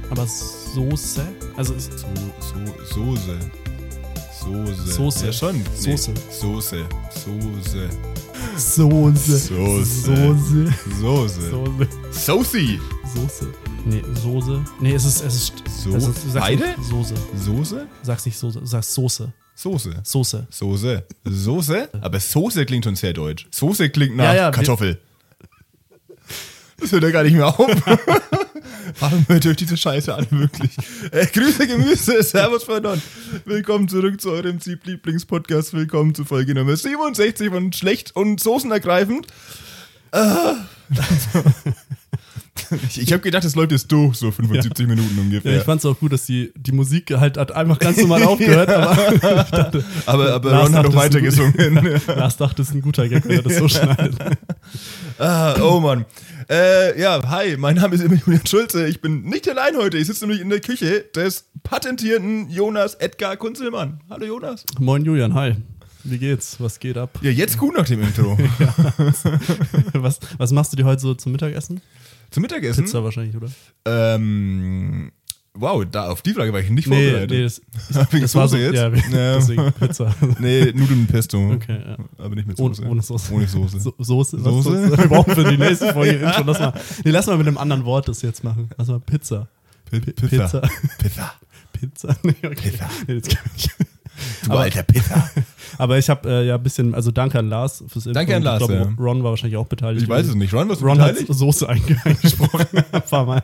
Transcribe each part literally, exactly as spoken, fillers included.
Aber Soße? Also ist So, so, Soße. Soße. Soße. Ja, schon. Soße. Nee. Soße. Soße. Soße. Soße. Soße. Soße. Soße. Soße. Soße. Nee, Soße. Nee, es ist, es ist, So- es ist du sagst beide? nicht Soße. Soße? Du sagst nicht Soße, du sagst Soße. Soße. Soße. Soße. Soße? Aber Soße klingt schon sehr deutsch. Soße klingt nach Ja, ja, wir- Kartoffel. Das hört ja gar nicht mehr auf. Warum hört euch diese Scheiße an, wirklich? Äh, Grüße, Gemüse, Servus, Verdammt. Willkommen zurück zu eurem Lieblingspodcast. Willkommen zu Folge Nummer siebenundsechzig von Schlecht und Soßenergreifend. Äh. Ich, ich habe gedacht, das läuft jetzt durch, so fünfundsiebzig ja. Minuten ungefähr. Ja, ich fand es auch gut, dass die, die Musik halt hat einfach ganz normal aufgehört, aber ich dachte, aber, aber Lars Ron hat noch dachte, weiter es ist ein gesungen. gut- Lars dachte, es ist ein guter Gag, wenn er das so schneidet. Ah, oh Mann. Äh, ja, hi, mein Name ist immer Julian Schulze. Ich bin nicht allein heute. Ich sitze nämlich in der Küche des patentierten Jonas Edgar Kunzelmann. Hallo Jonas. Moin Julian, hi. Wie geht's? Was geht ab? Ja, jetzt gut nach dem Intro. Was, was machst du dir heute so zum Mittagessen? Zum Mittagessen? Pizza wahrscheinlich, oder? Ähm, wow, da auf die Frage war ich nicht Nee, vorbereitet. nee, das, Wegen das war so, Soße jetzt? ja, Ja. deswegen Pizza. Nee, Nudeln mit Pesto. Okay, ja. Aber nicht mit Ohne, Soße. ohne Soße. Ohne Soße. So, Soße? Was Soße? Soße? Wir brauchen für die nächste Folge Intro. Lass mal, nee, lass mal mit einem anderen Wort das jetzt machen. Lass mal Pizza. P- P- Pizza. Pizza. Pizza. Pizza? Nee, okay. Pizza. Nee, das kann ich. Du Aber- alter Pizza. Aber ich habe äh, ja ein bisschen, also danke an Lars fürs Intro. Danke an Und Lars, Ich glaube, ja. Ron war wahrscheinlich auch beteiligt. Ich weiß es nicht. Ron, was Ron hat beteiligt? Soße einge- eingesprochen. Ein paar Mal.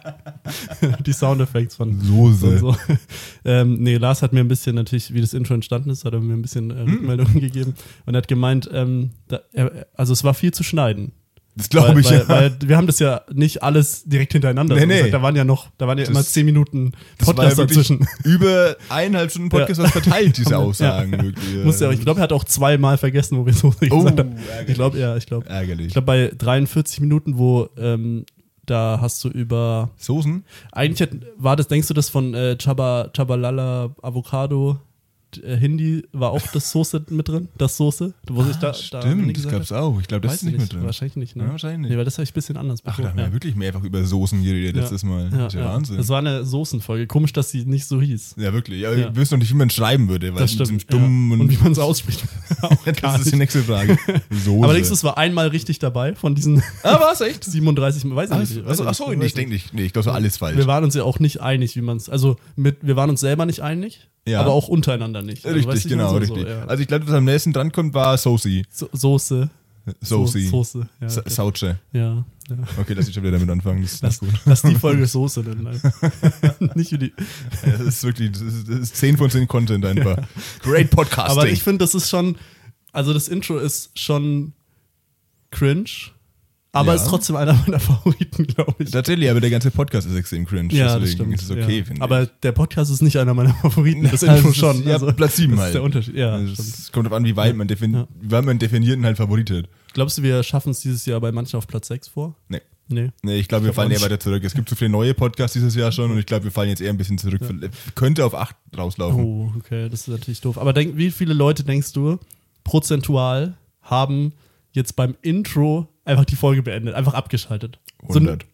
Die Soundeffekte von Soße. und so. Ähm, nee, Lars hat mir ein bisschen natürlich, wie das Intro entstanden ist, hat er mir ein bisschen äh, Hm. Rückmeldungen gegeben und hat gemeint, ähm, da, er, also es war viel zu schneiden. Das glaube weil, ich weil, ja. weil wir haben das ja nicht alles direkt hintereinander. Nee, so nee. gesagt. Da waren ja noch, da waren ja Das- immer zehn Minuten Das war Podcast ja wirklich dazwischen. über eineinhalb Stunden Podcast was verteilt, diese Aussagen. Ja. Wirklich. Muss ja, ich glaube, er hat auch zweimal vergessen, wo wir so Oh, gesagt haben. ärgerlich. Ich glaube, ja, ich glaube. Ärgerlich. Ich glaube, bei dreiundvierzig Minuten, wo ähm, da hast du über. Soßen? Eigentlich hat, war das, denkst du, das von äh, Chaba, Chabalala Avocado äh, Hindi war auch das Soße mit drin? Das Soße? Wo sich da, da Stimmt, Hindi das gesagt gab's hat? auch. Ich glaube, das Weiß ist nicht ich mit drin. Wahrscheinlich nicht, ne? Ja, wahrscheinlich. Nee, weil das habe ich ein bisschen anders Ach, da haben ja. wir wirklich mehrfach über Soßen geredet Ja. letztes Mal. Ja, Das ist ja, ja. Wahnsinn. Das war eine Soßenfolge. Komisch, dass sie nicht so hieß. Ja, wirklich. Ja, Ja. Ich wüsste noch nicht, wie man es schreiben würde, weil Das mit diesem stimmt. Stumm ja. und, Und wie man es ausspricht. Auch gar das ist die nicht. nächste Frage. Soße. Aber denkst du, es war einmal richtig dabei von diesen ah, was, echt? siebenunddreißig, weiß ich nicht. weiß Achso, ich achso, nicht, nee, weiß ich denke nicht. Nee, ich glaube, so alles falsch. Wir waren uns ja auch nicht einig, wie man es, also mit, wir waren uns selber nicht einig, Ja. aber auch untereinander nicht. Also, Richtig, weißt du, ich meine, genau, so, richtig. So, ja. Also ich glaube, was am nächsten dran kommt, war Soße. so, Soße. Soße. So, Soße. Ja, Sa- okay. Sauce. ja, ja. Okay, lass ich schon wieder damit anfangen. Das ist Lass, nicht gut. lass die Folge Soße nennen. Nein. Nicht wie die. Ja, das ist wirklich, das ist, das ist zehn von zehn Content einfach. Great Podcasting. Aber ich finde, das ist schon, also das Intro ist schon cringe, aber Ja. ist trotzdem einer meiner Favoriten, glaube ich. Tatsächlich, aber der ganze Podcast ist extrem cringe. Ja, das deswegen stimmt. ist es okay, ja. finde ich. Aber der Podcast ist nicht einer meiner Favoriten, das Ja, Intro das ist- schon. ja, Platz sieben das halt. ist der Unterschied. Ja, Also stimmt. es kommt darauf an, wie weit man, defini Ja. wie weit man definiert und halt favoritet. Glaubst du, wir schaffen es dieses Jahr bei manchen auf Platz sechs vor? Nee. Nee. Nee, ich glaube, wir Ich glaub fallen auch eher nicht. weiter zurück. Es gibt so viele neue Podcasts dieses Jahr schon und ich glaube, wir fallen jetzt eher ein bisschen zurück. Könnte auf acht rauslaufen. Oh, okay, das ist natürlich doof. Aber denk, wie viele Leute denkst du, prozentual haben jetzt beim Intro einfach die Folge beendet, einfach abgeschaltet? hundert.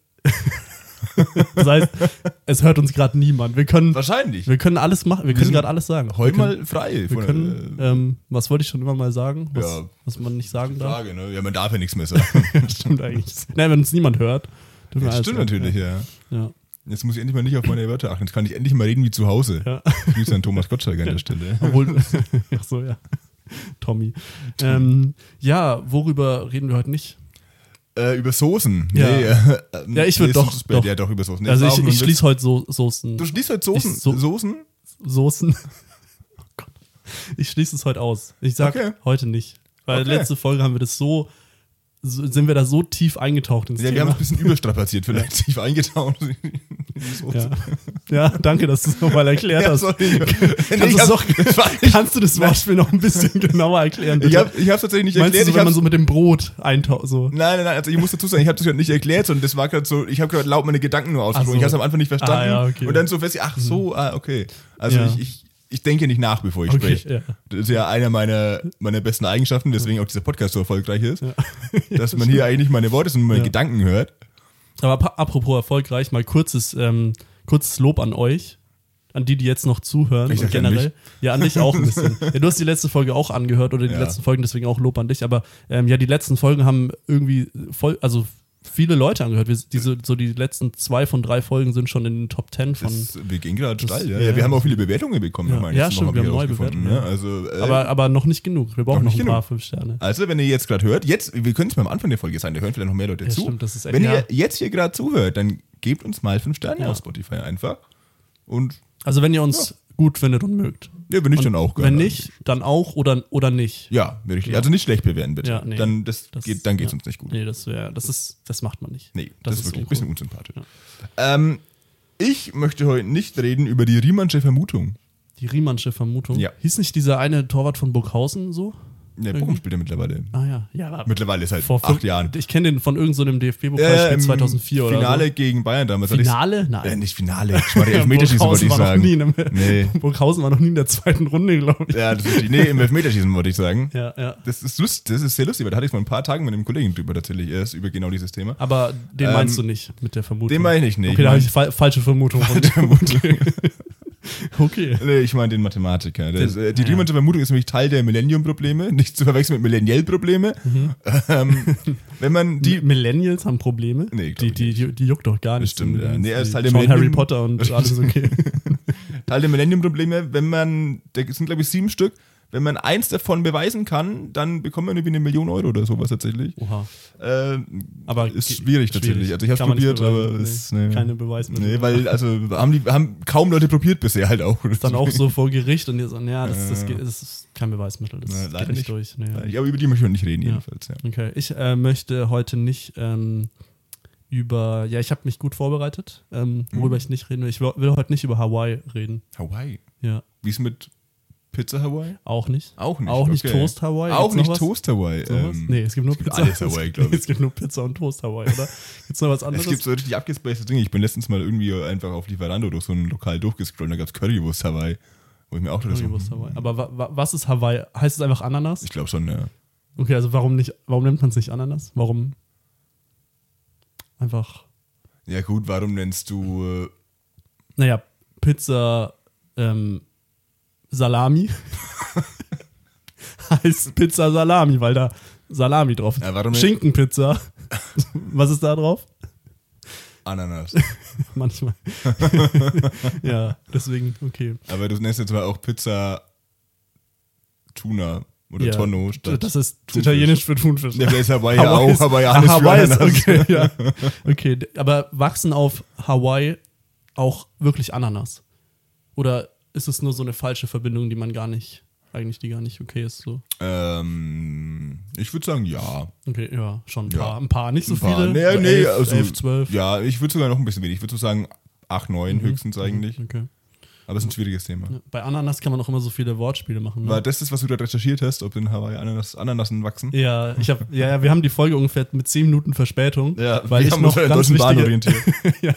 So, das heißt, es hört uns gerade niemand. Wir können, Wahrscheinlich. wir können alles machen, wir können sind gerade alles sagen. Heute wir können, mal frei. wir von, können äh, ähm, was wollte ich schon immer mal sagen, was, Ja. was man nicht sagen darf? Frage, ne? Ja, man darf ja nichts mehr sagen. Stimmt eigentlich. Nein, wenn uns niemand hört. dürfen wir Das alles stimmt sagen. natürlich, ja. Ja. Jetzt muss ich endlich mal nicht auf meine Wörter achten. Jetzt kann ich endlich mal reden wie zu Hause. Ja. Grüße an Thomas Gottschalk an der Stelle. Obwohl, ach so, ja. Tommy. Ähm, ja, worüber reden wir heute nicht? Äh, über Soßen. Ja. Nee, äh, ähm, Ja, ich würd nee, doch- Soße- doch. Ja, doch, über Soßen. Nee, Also das war ich, auch nur ich ein schließe heute so Soßen. Witz. Du schließt heute Soßen? Ich so- Soßen? Soßen. Oh Gott. Ich schließe es heute aus. Ich sag Okay. heute nicht. Weil Okay. letzte Folge haben wir das so, so, sind wir da so tief eingetaucht ins Ja, wir haben Thema. es ein bisschen überstrapaziert, vielleicht tief eingetaucht. Die Soße. Ja. ja, danke, dass du es nochmal erklärt Ja, hast. sorry. Kannst, Ich du's hab- doch, das war- kannst du das Wortspiel noch ein bisschen genauer erklären? Ich bitte? habe ich hab's tatsächlich nicht Meinst erklärt. du, so, Ich wenn man hab's- so mit dem Brot eintaucht? So? Nein, nein, nein, also ich muss dazu sagen, ich habe das gerade nicht erklärt, sondern das war gerade so, ich habe gerade laut meine Gedanken nur ausgesprochen. Ach so. Ich habe es am Anfang nicht verstanden. Ah, ja, okay. Und dann so fest, ach so, ah, okay. Also Ja. ich, ich, ich denke nicht nach, bevor ich Okay, spreche. ja. Das ist ja einer meiner, meiner besten Eigenschaften, deswegen auch dieser Podcast so erfolgreich ist. Ja. Dass man hier eigentlich meine Worte und meine Ja. Gedanken hört. Aber pa- apropos erfolgreich, mal kurzes, ähm, kurzes Lob an euch, an die, die jetzt noch zuhören. Ich Und sag ja generell. nicht. Ja, an dich auch ein bisschen. Ja, du hast die letzte Folge auch angehört oder die Ja. letzten Folgen, deswegen auch Lob an dich. Aber ähm, ja, die letzten Folgen haben irgendwie voll, also viele Leute angehört. Wir, diese, so die letzten zwei von drei Folgen sind schon in den Top Ten von. Das, wir gehen gerade steil, ja. ja. ja. Wir haben auch viele Bewertungen bekommen. Ja. nochmal Ja, letzte stimmt, Woche wir haben hab ich neue rausgefunden, Bewertungen, ne? Also, äh, aber, aber noch nicht genug. Wir brauchen Noch noch, nicht ein paar genug. fünf Sterne. Also, wenn ihr jetzt gerade hört, jetzt, wir können es mal am Anfang der Folge sein, da hören vielleicht noch mehr Leute Ja, zu. stimmt, das ist echt- wenn ja. ihr jetzt hier gerade zuhört, dann gebt uns mal fünf Sterne Ja. auf Spotify einfach. Und Also wenn ihr uns gut findet und mögt. ja, wenn nicht, Und dann auch. Wenn gerne. nicht, dann auch oder, oder nicht. Ja, richtig. Ja. Also nicht schlecht bewerten, bitte. Ja, nee. Dann, das Das- geht, dann geht's ja. uns nicht gut. Nee, das wäre, das ist, das macht man nicht. Nee, das, ist wirklich ein bisschen uncool. unsympathisch. Ähm, ich möchte heute nicht reden über die Riemannsche Vermutung. Die Riemannsche Vermutung. Ja. Hieß nicht dieser eine Torwart von Burghausen so? Der Bochum spielt ja mittlerweile. Ah ja, ja. Aber Mittlerweile ist halt vor acht fünf, Jahren. Ich kenne den von irgendeinem so D F B-Pokalspiel im zweitausendvier oder Finale so. gegen Bayern damals. hatte ich's- Finale? Nein. Äh, nicht Finale. Ich war der Elfmeterschießen, wollte ich Burghausen war noch nie sagen. in einem, Nee. Burghausen war noch nie in der zweiten Runde, glaube ich. Ja, das ist die, nee, im Elfmeterschießen wollte ich sagen. Ja, ja. Das ist, lust, das ist sehr lustig, weil da hatte ich vor ein paar Tagen mit einem Kollegen drüber tatsächlich erst über genau dieses Thema. Aber den Ähm, meinst du nicht mit der Vermutung? Den meine ich nicht. Okay, da Ich habe ich fa falsche Vermutung von dir. Okay. okay. Nee, ich meine den Mathematiker. Das, Den- äh, die ja. Riemannsche Vermutung ist nämlich Teil der Millennium-Probleme, nicht zu verwechseln mit Millennial-Probleme. Mhm. Ähm, wenn man die. Die Millennials haben Probleme. Nee, glaub die, ich die, die, die juckt doch gar nicht. stimmt, ja. Nee, er ist Teil der Schauen Millennium- Harry Potter und alles okay. Teil der Millennium-Probleme, wenn man, da sind glaube ich sieben Stück, wenn man eins davon beweisen kann, dann bekommt man irgendwie eine Million Euro oder sowas tatsächlich. Oha. Äh, Aber ist ge- schwierig tatsächlich. Also ich habe Kann man nicht probiert, aber beweisen. es Nee, nee. keine Beweismittel. Nee, weil also haben die haben kaum Leute probiert bisher halt auch. Dann auch so vor Gericht und die sagen, ja, das, das, geht, das ist kein Beweismittel. Das Ja, geht leider nicht nicht. durch. Nee, ja. Ja, aber über die möchte ich nicht reden Ja. jedenfalls. Ja. Okay, ich äh, möchte heute nicht ähm, über, ja, ich habe mich gut vorbereitet, ähm, worüber Mhm. ich nicht reden will. Ich will, will heute nicht über Hawaii reden. Hawaii. Ja, Wie ist mit Pizza Hawaii? auch nicht. Auch nicht. Auch nicht okay. Toast Hawaii. Auch Gibt's noch nicht was? Toast Hawaii. Sowas? Ähm, nee, es gibt nur es gibt Pizza. alles Hawaii, glaub ich. Es gibt nur Pizza und Toast Hawaii, oder? Gibt's noch was anderes? Es gibt so richtig abgespacete Dinge. Ich bin letztens mal irgendwie einfach auf Lieferando durch so ein Lokal durchgescrollt, da gab es Currywurst Hawaii. Wo ich mir auch dachte, so, Currywurst Hawaii. Aber wa wa was ist Hawaii? Heißt es einfach Ananas? ich glaube schon, ja. Okay, also warum nicht, warum nennt man es nicht Ananas? Warum einfach, Ja gut, warum nennst du äh, naja, Pizza ähm, Salami heißt Pizza Salami, weil da Salami drauf ist. Ja, warum- Schinkenpizza. Was ist da drauf? Ananas? Manchmal. Ja, deswegen, okay. Aber du nennst jetzt mal auch Pizza Tuna oder Ja, Tonno statt. Das ist Thunfisch. italienisch für Thunfisch. Ja, wer ist Hawaii ja Hawaii auch, ist- Hawaiianisch Ah, für Hawaii ist, Ananas. okay, ja. Okay, d- aber wachsen auf Hawaii auch wirklich Ananas? Oder ist es nur so eine falsche Verbindung, die man gar nicht, eigentlich die gar nicht okay ist? So? Ähm, ich würde sagen, ja. Okay, ja, schon ein Ja. paar. Ein paar, nicht so Ein paar. viele. Nee, so nee, elf, also, elf, zwölf. Ja, ich würde sogar noch ein bisschen wenig. Ich würde so sagen acht, neun höchstens eigentlich. Okay. Aber es ist ein schwieriges Thema. Ja, bei Ananas kann man auch immer so viele Wortspiele machen. Ne? War das das, was du da recherchiert hast, ob in Hawaii Ananas, Ananassen wachsen? Ja, ich habe, ja, ja, wir haben die Folge ungefähr mit zehn Minuten Verspätung, Ja, weil wir ich haben noch uns an der ganz Deutschen Bahn wichtige, orientiert. ja,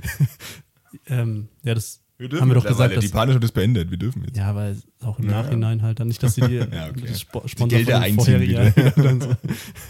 ähm, ja, das Wir haben wir doch mittlerweile. gesagt, dass, Die Panik hat das beendet, wir dürfen jetzt. ja, weil auch im Ja. Nachhinein halt dann nicht, dass sie die, Ja, okay. das Spo- Die Sponsor Gelder von den einziehen vorherigen wieder. Jahren dann so.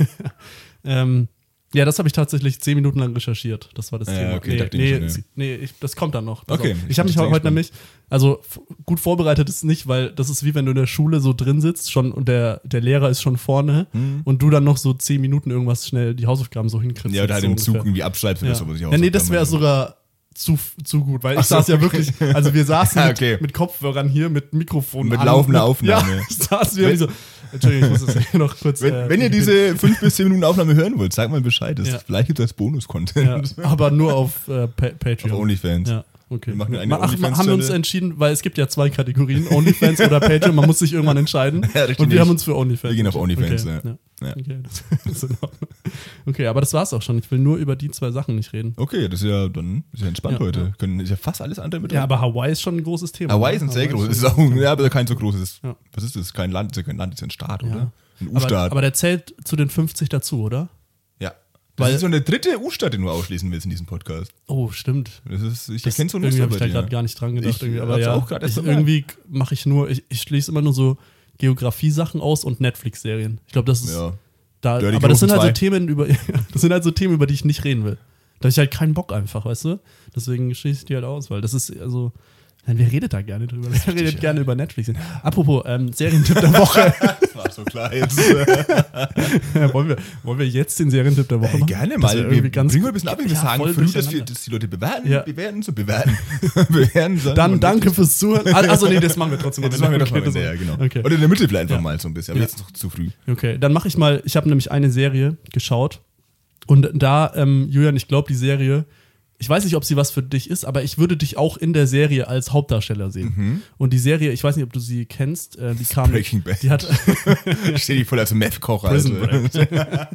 ähm, ja, das habe ich tatsächlich zehn Minuten lang recherchiert. Das war das Ja, Thema. okay, nee, dachte ich nee, schon, ja. es- nee ich, das kommt dann noch. Pass Okay, auf. ich Ich habe bin mich sehr heute gespannt. nämlich, also f- gut vorbereitet ist nicht, weil das ist wie wenn du in der Schule so drin sitzt schon und der, der Lehrer ist schon vorne und du dann noch so zehn Minuten irgendwas schnell die Hausaufgaben so hinkriegst. Hm. Ja, oder halt so im Zug ungefähr. irgendwie abschreibst oder Ja. sowas. Ja, nee, das wäre sogar zu, zu gut, weil ich Ach so, saß ja okay. wirklich, also wir saßen Ah, mit, okay. mit Kopfhörern hier, mit Mikrofon Mit an, laufender mit, Aufnahme. Ja, saßen wir Wenn- wie so, Entschuldigung, ich muss das hier noch kurz... Wenn, äh, wenn ihr diese fünf bis zehn Minuten Aufnahme hören wollt, sag mal Bescheid. Das Ja. Vielleicht gibt es als Bonus-Content. ja, aber nur auf äh, pa Patreon. Auf OnlyFans. Ja, okay. Wir machen eine Ma- Ach, OnlyFans-Channel. haben wir uns entschieden, weil es gibt ja zwei Kategorien, OnlyFans oder Patreon, man muss sich irgendwann entscheiden. Ja, richtig und wir nicht. haben uns für OnlyFans Wir gehen auf entschieden. OnlyFans, okay, ja. Ja. Okay, das ist in Ordnung. Okay, aber das war's auch schon. Ich will nur über die zwei Sachen nicht reden. Okay, das ist ja dann ist ja entspannt Ja, heute. ja. Können, ist ja fast alles andere mit Ja, drin. aber Hawaii ist schon ein großes Thema. Hawaii ist ein sehr Hawaii großes. Ist schon- auch, ja, aber kein so großes. Ja. Was ist das? Kein Land, ist ja kein Land, ist ja ein Staat, Ja. oder? Ein aber, U-Staat. aber der zählt zu den fünfzig dazu, oder? Ja. Das Weil- ist so eine dritte U-Stadt, den du ausschließen willst in diesem Podcast. Oh, stimmt. Das ist, ich Das erkenne so ein irgendwie Muster habe ich bei da gerade dir. gar nicht dran gedacht. Ich irgendwie. Aber hab's ja, auch gerade erst ich, gemerkt. irgendwie mache ich nur, ich, ich schließe immer nur so Geografie-Sachen aus und Netflix-Serien. Ich glaube, das ist Ja. da. Ja, die aber das sind großen halt so zwei. Themen über, das sind halt so Themen, über die ich nicht reden will. Da hab ich halt keinen Bock einfach, weißt du? Deswegen schließe ich die halt aus, weil das ist, also, wer redet da gerne drüber? Wer redet ja. gerne über Netflix? Apropos, ähm, Serientipp der Woche. Das war so klar jetzt. ja, wollen, wir, wollen wir jetzt den Serientipp der Woche äh, machen? Gerne mal. Wir bringen ganz wir ein bisschen ab, wir ja, sagen früh, dass, wir, dass die Leute bewerten, ja. bewerten, so bewerten. bewerten sagen Dann danke fürs Zuhören. Also nee, das machen wir trotzdem. Ja, das machen wir okay, das mal, ja, genau. Okay. Oder in der Mitte vielleicht einfach ja. mal so ein bisschen, aber ja. jetzt noch zu früh. Okay, dann mache ich mal, ich habe nämlich eine Serie geschaut und da, ähm, Julian, ich glaube, die Serie, ich weiß nicht, ob sie was für dich ist, aber ich würde dich auch in der Serie als Hauptdarsteller sehen. Mhm. Und die Serie, ich weiß nicht, ob du sie kennst, äh, die kam. Breaking Bad. Die hat. Ich stehe die voll als Meth-Kocher. Prison Break.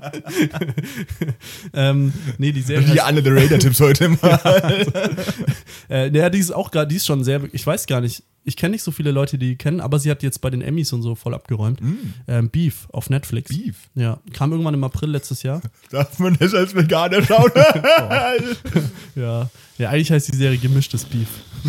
ähm, nee, die Serie. Die Anne the Raider-Tipps heute mal. äh, ja, die ist auch gerade, die ist schon sehr, ich weiß gar nicht, ich kenne nicht so viele Leute, die die kennen, aber sie hat jetzt bei den Emmys und so voll abgeräumt. Mm. Ähm, Beef auf Netflix. Beef? Ja, kam irgendwann im April letztes Jahr. Darf man das als Veganer schauen? ja. ja, eigentlich heißt die Serie Gemischtes Beef.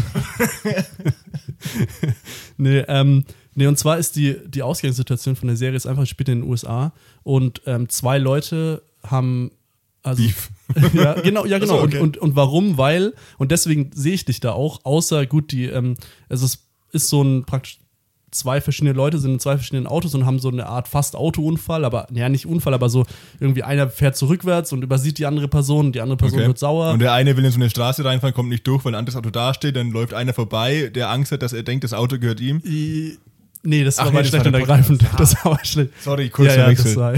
nee, ähm, nee, und zwar ist die, die Ausgangssituation von der Serie ist einfach, spielt in den U S A und ähm, zwei Leute haben also, Beef. ja, genau, ja, genau. So, okay. und, und, und warum? Weil, und deswegen sehe ich dich da auch, außer gut, die, ähm, also es ist so ein praktisch zwei verschiedene Leute sind in zwei verschiedenen Autos und haben so eine Art fast Autounfall, aber ja, nicht Unfall, aber so irgendwie einer fährt so rückwärts und übersieht die andere Person, die andere Person okay. wird sauer. Und der eine will in so eine Straße reinfahren, kommt nicht durch, weil ein anderes Auto dasteht, dann läuft einer vorbei, der Angst hat, dass er denkt, das Auto gehört ihm. I, nee, das Ach, war nee, mal schlecht und ergreifend. Das war schlecht. Sorry, kurzer ja, ja, Wechsel. Das war,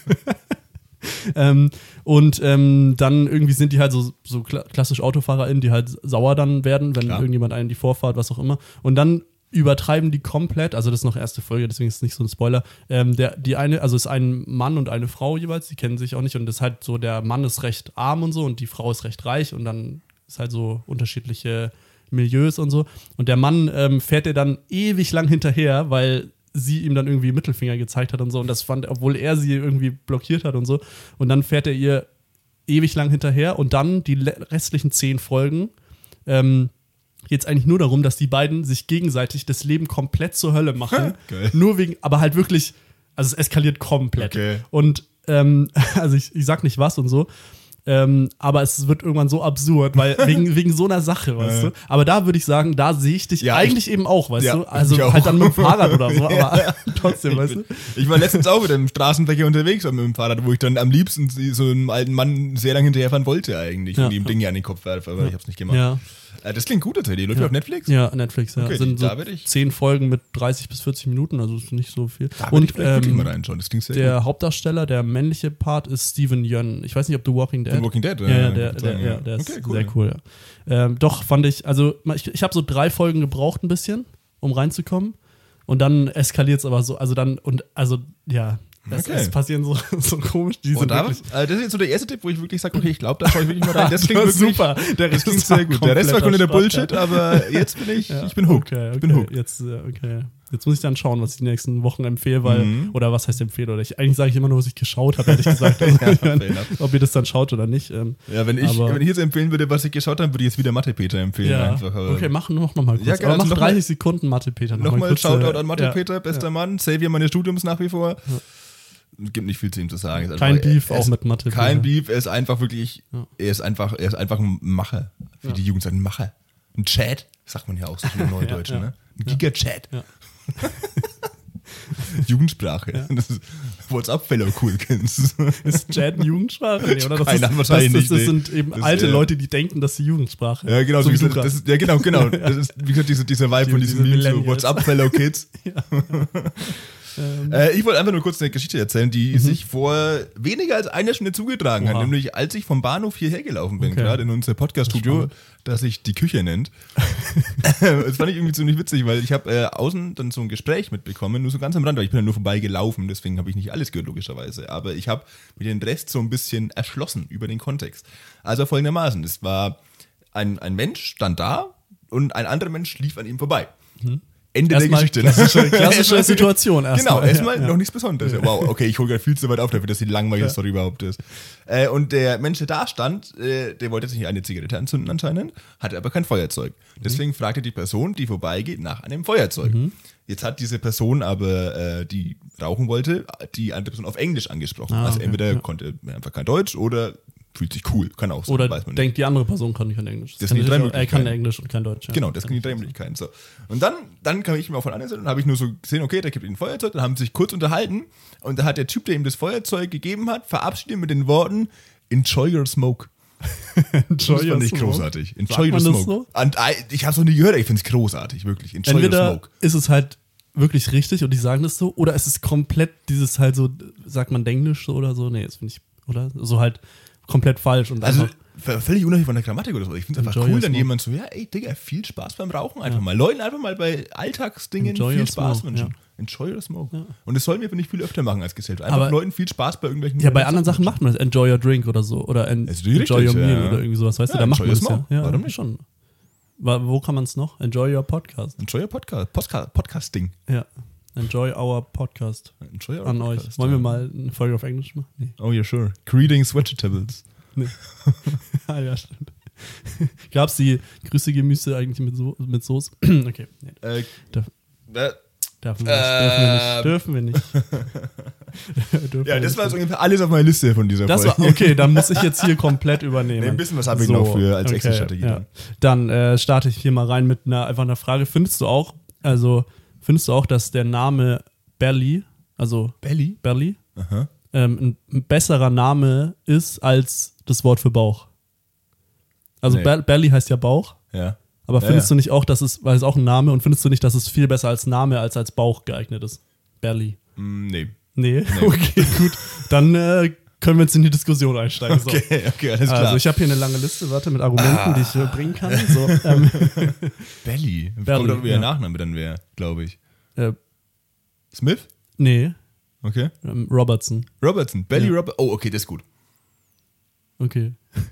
ähm, und ähm, dann irgendwie sind die halt so, so klassisch AutofahrerInnen, die halt sauer dann werden, wenn Klar. irgendjemand einen die Vorfahrt, was auch immer. Und dann übertreiben die komplett, also das ist noch erste Folge, deswegen ist es nicht so ein Spoiler. Ähm, der, die eine, also es ist ein Mann und eine Frau jeweils, die kennen sich auch nicht und das ist halt so, der Mann ist recht arm und so und die Frau ist recht reich und dann ist halt so unterschiedliche Milieus und so. Und der Mann ähm, fährt ihr dann ewig lang hinterher, weil sie ihm dann irgendwie Mittelfinger gezeigt hat und so und das fand, obwohl er sie irgendwie blockiert hat und so. Und dann fährt er ihr ewig lang hinterher und dann die restlichen zehn Folgen ähm, geht es eigentlich nur darum, dass die beiden sich gegenseitig das Leben komplett zur Hölle machen. Geil. Nur wegen, aber halt wirklich, also es eskaliert komplett. Okay. Und ähm, also ich, ich sag nicht was und so, ähm, aber es wird irgendwann so absurd, weil wegen, wegen so einer Sache, weißt ja. du. Aber da würde ich sagen, da sehe ich dich ja, eigentlich ich, eben auch, weißt ja, du. Also halt auch. dann mit dem Fahrrad oder so, aber ja. trotzdem, weißt du. Ich war letztens auch wieder im Straßenverkehr unterwegs mit dem Fahrrad, wo ich dann am liebsten so einem alten Mann sehr lange hinterherfahren wollte eigentlich ja. und ihm Dinge an den Kopf werfe, aber ja. ich hab's nicht gemacht. Ja. Das klingt gut tatsächlich. Läuft ja. auf Netflix? Ja, Netflix, ja. Okay, sind so zehn Folgen mit dreißig bis vierzig Minuten, also ist nicht so viel. Da und ich vielleicht ähm, mal reinschauen. Das klingt sehr der gut. Hauptdarsteller, der männliche Part, ist Steven Yeun. Ich weiß nicht, ob du Walking Dead. The Walking Dead, ja. Ja, ja, der, der, sagen, ja, ja. der ist Okay, cool. sehr cool, ja. Ähm, doch, fand ich, also ich, ich habe so drei Folgen gebraucht ein bisschen, um reinzukommen. Und dann eskaliert es aber so, also dann, und also, ja, das, okay. es passieren so, so komisch, die und sind da, wirklich, also das ist jetzt so der erste Tipp, wo ich wirklich sage, okay, ich glaube, da schaue ich wirklich mal rein. Das klingt das wirklich super. Der das klingt sehr gut. Der Rest war komplett der Bullshit, aber jetzt bin ich, ja. ich bin hooked. Okay, okay. Ich bin hooked. Jetzt, okay. Jetzt muss ich dann schauen, was ich die nächsten Wochen empfehle, weil, mhm. oder was heißt empfehle, oder ich, eigentlich sage ich immer nur, was ich geschaut habe, ehrlich gesagt. Also, ja, ob ihr das dann schaut oder nicht. Ähm, ja, wenn ich, aber, wenn ich jetzt empfehlen würde, was ich geschaut habe, würde ich jetzt wieder Mathe-Peter empfehlen. Ja. Einfach, okay, mach noch, noch mal kurz. Ja, gerne, aber mach also dreißig mal, Sekunden Mathe-Peter. Nochmal noch mal Shoutout an Mathe-Peter, ja. bester ja. Mann, Savior meines Studiums nach wie vor. Ja. Gibt nicht viel zu ihm zu sagen. Ist kein einfach, Beef, er, auch mit Mathe. Kein Beef, er ist einfach wirklich, ja. er ist einfach, er ist einfach ein Macher. Wie ja. die Jugend sagt, ein Macher. Ein Chat, sagt man ja auch so in Neudeutschen, ja, ja. ne? Ein Giga-Chat. Ja. Jugendsprache. Ja. Das ist WhatsApp-Fellow cool kennst. Ist Chat eine Jugendsprache? Nee, oder das, Keiner ist, wahrscheinlich das, das, das nicht, sind eben das, alte ja. Leute, die denken, dass sie Jugendsprache Ja, genau, so so wie diese, das ist, ja, genau, genau. Das ist, wie gesagt, diese, dieser Vibe Die, von diesen diese Memes, so Millennials. WhatsApp-Fellow-Kids. ja. ähm. äh, ich wollte einfach nur kurz eine Geschichte erzählen, die mhm. sich vor weniger als einer Stunde zugetragen Oha. hat. Nämlich, als ich vom Bahnhof hierher gelaufen bin, Okay. gerade in unser Podcast-Studio, das sich die Küche nennt. Das fand ich irgendwie ziemlich witzig, weil ich habe äh, außen dann so ein Gespräch mitbekommen, nur so ganz am Rand, weil ich bin ja nur vorbeigelaufen, deswegen habe ich nicht alles gehört, logischerweise. Aber ich habe mir den Rest so ein bisschen erschlossen über den Kontext. Also folgendermaßen, es war ein, ein Mensch stand da und ein anderer Mensch lief an ihm vorbei. Mhm. Ende erstmal der Geschichte. Klassische, klassische Situation. Erst genau, mal. erstmal ja, noch ja. nichts Besonderes. Ja. Wow, okay, ich hole gerade viel zu weit auf dafür, dass die langweilige Ja. Story überhaupt ist. Äh, und der Mensch, der da stand, äh, der wollte jetzt nicht eine Zigarette anzünden anscheinend, hatte aber kein Feuerzeug. Deswegen mhm. fragte die Person, die vorbeigeht, nach einem Feuerzeug. Mhm. Jetzt hat diese Person aber, äh, die rauchen wollte, die andere Person auf Englisch angesprochen. Ah, also okay. entweder ja. konnte er einfach kein Deutsch oder fühlt sich cool, kann auch sein, Oder weiß man denkt, nicht. die andere Person kann kein Englisch. Das sind die drei Er kann Möglichkeiten. Englisch und kein Deutsch. Ja. Genau, das sind die drei Möglichkeiten. So. Und dann, dann kam ich mir auch von anderen Seite und habe ich nur so gesehen, okay, der gibt ihm ein Feuerzeug, dann haben sie sich kurz unterhalten und da hat der Typ, der ihm das Feuerzeug gegeben hat, verabschiedet mit den Worten, enjoy your smoke. Enjoy Das fand ich your großartig. Sagt Enjoy your man das smoke. Und ich habe es noch nie gehört, ich finde es großartig, wirklich. Enjoy Entweder your smoke. ist es halt wirklich richtig und die sagen das so, oder ist es komplett dieses halt so, sagt man Denglisch so oder so? Nee, das finde ich, oder? So halt komplett falsch. Und Also einfach, v- völlig unabhängig von der Grammatik oder so. Ich finde es einfach Enjoy cool, your dann smoke. jemand so, ja, ey, Digga, viel Spaß beim Rauchen einfach mal. Leuten einfach mal bei Alltagsdingen Enjoy viel your Spaß smoke, wünschen. ja. Enjoy your smoke. Und das sollen wir, finde ich, viel öfter machen als Gesellschaft. Einfach Aber- Leuten viel Spaß bei irgendwelchen... ja, bei anderen Sachen macht man das. Enjoy your drink oder so. Oder en Ist richtig, enjoy your ja, meal ja. oder irgendwie sowas. Weißt Ja, du, da macht enjoy man your das ja. smoke. Ja, Warum nicht? schon. Wa- Wo kann man es noch? Enjoy your podcast. Enjoy your Podcast. Postka- Podcasting. Ja. Enjoy our podcast. Enjoy your An Podcast, euch. Wollen wir ja. mal eine Folge auf Englisch machen? Nee. Oh, yeah, sure. Greetings, Vegetables. nee. ah, ja, stimmt. Gab's die Grüße Gemüse eigentlich mit, so mit Soße? okay. Nee. Äh, Darf, äh, dürfen, wir nicht, Ähm. dürfen wir nicht. Dürfen wir nicht. Dürfen ja, wir das nicht. war jetzt ungefähr alles auf meiner Liste von dieser Das war, Folge. okay, dann muss ich jetzt hier komplett übernehmen. Nee, ein bisschen was habe ich noch für als Exit-Strategie Ja. dann. Dann äh, starte ich hier mal rein mit einer einfach einer Frage. Findest du auch, also findest du auch, dass der Name Belly, also Belly? Belly, Aha. ähm, ein, ein besserer Name ist als das Wort für Bauch? Also Nee. Be- Belly heißt ja Bauch, Ja. aber Ja, findest ja. du nicht auch, dass es, weil es auch ein Name, und findest du nicht, dass es viel besser als Name als als Bauch geeignet ist? Belly. Mm, nee. Nee, okay, gut. Dann äh, können wir jetzt in die Diskussion einsteigen. So. Okay, okay, alles klar. Also ich habe hier eine lange Liste, warte, mit Argumenten, Ah. die ich äh, bringen kann. So, ähm, Belly. Belly, Kommt doch, wie der ja. Nachname dann wäre, glaube ich. äh, Smith? nee, Okay. ähm, Robertson. Robertson. Belly Ja. Robertson. Oh, okay, das ist gut. Okay.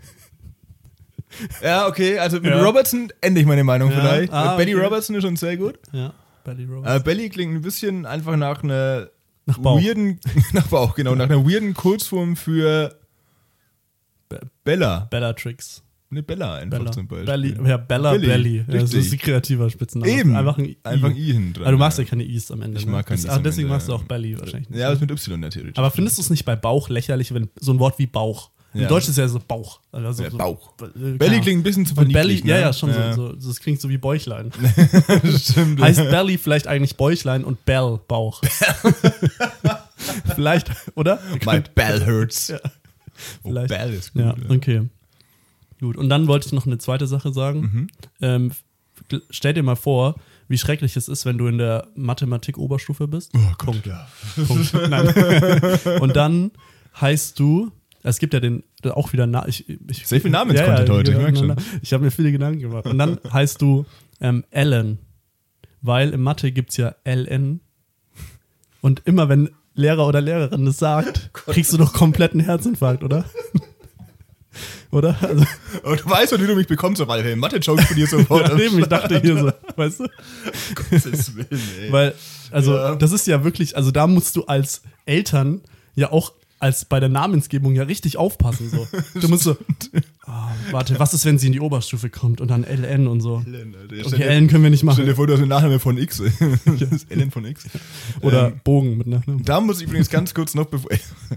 Ja, okay, also mit Ja. Robertson ändere ich meine Meinung Ja. vielleicht. Ah, Belly okay. Robertson ist schon sehr gut. Ja, Belly Robertson. Äh, Belly klingt ein bisschen einfach nach einer Nach Bauch. weirden, nach Bauch, genau, nach einer weirden Kurzform für Be- Bella. Bellatrix. Ne, Bella einfach Bella. zum Beispiel. Belly, ja, Bella Belly, Belly. Ja, das richtig. ist ein kreativer Spitzname. Eben. Einfach ein I. Einfach ein I hinten dran. Aber du magst ja keine I's am Ende. Ich ne? mag keine Das- I's ah, am deswegen Ende, magst du ja. auch Belly wahrscheinlich nicht. Ja, aber ist mit Y natürlich. Aber findest du es nicht bei Bauch lächerlich, wenn so ein Wort wie Bauch? Im Ja. Deutsch ist ja so Bauch. Also Ja, so, Bauch. Äh, keine Belly Ahnung. klingt ein bisschen zu Und Belly, verniedlicht, ja, ne? ja, schon Ja. So, so. Das klingt so wie Bäuchlein. Stimmt. Heißt Belly vielleicht eigentlich Bäuchlein und Bell Bauch? vielleicht, oder? My bell hurts. Ja. Oh, Vielleicht. Bell ist gut. Ja, okay. Gut. Und dann wollte ich noch eine zweite Sache sagen. Mhm. Ähm, f- stell dir mal vor, wie schrecklich es ist, wenn du in der Mathematik-Oberstufe bist. Oh Gott, Punkt. ja. Punkt. Nein. Und dann heißt du, es gibt ja den, auch wieder Na ich, ich, Sehr viel Namenscontent heute, ich merk schon. Ich habe mir viele Gedanken gemacht. Und dann heißt du ähm, Ellen, weil im Mathe gibt es ja L N. Und immer wenn Lehrer oder Lehrerin das sagt, kriegst du doch kompletten Herzinfarkt, oder? Oder? Also, Und du weißt, wie du mich bekommst, so, weil Mathe-Jokes von dir sofort. ja, eben, ich dachte hier so, weißt du? Gottes Willen, ey. Weil, also, Ja. das ist ja wirklich, also da musst du als Eltern ja auch als bei der Namensgebung ja richtig aufpassen. So. Du musst so, ah, warte, was ist, wenn sie in die Oberstufe kommt und dann L N und so? Ellen, Alter. Stell Okay, dir- Ellen können wir nicht Stell machen. dir vor, du hast einen Nachname von X. Das ist Ellen von X. Oder Ähm, Bogen mit Nachnamen. da muss ich übrigens ganz kurz noch bevor.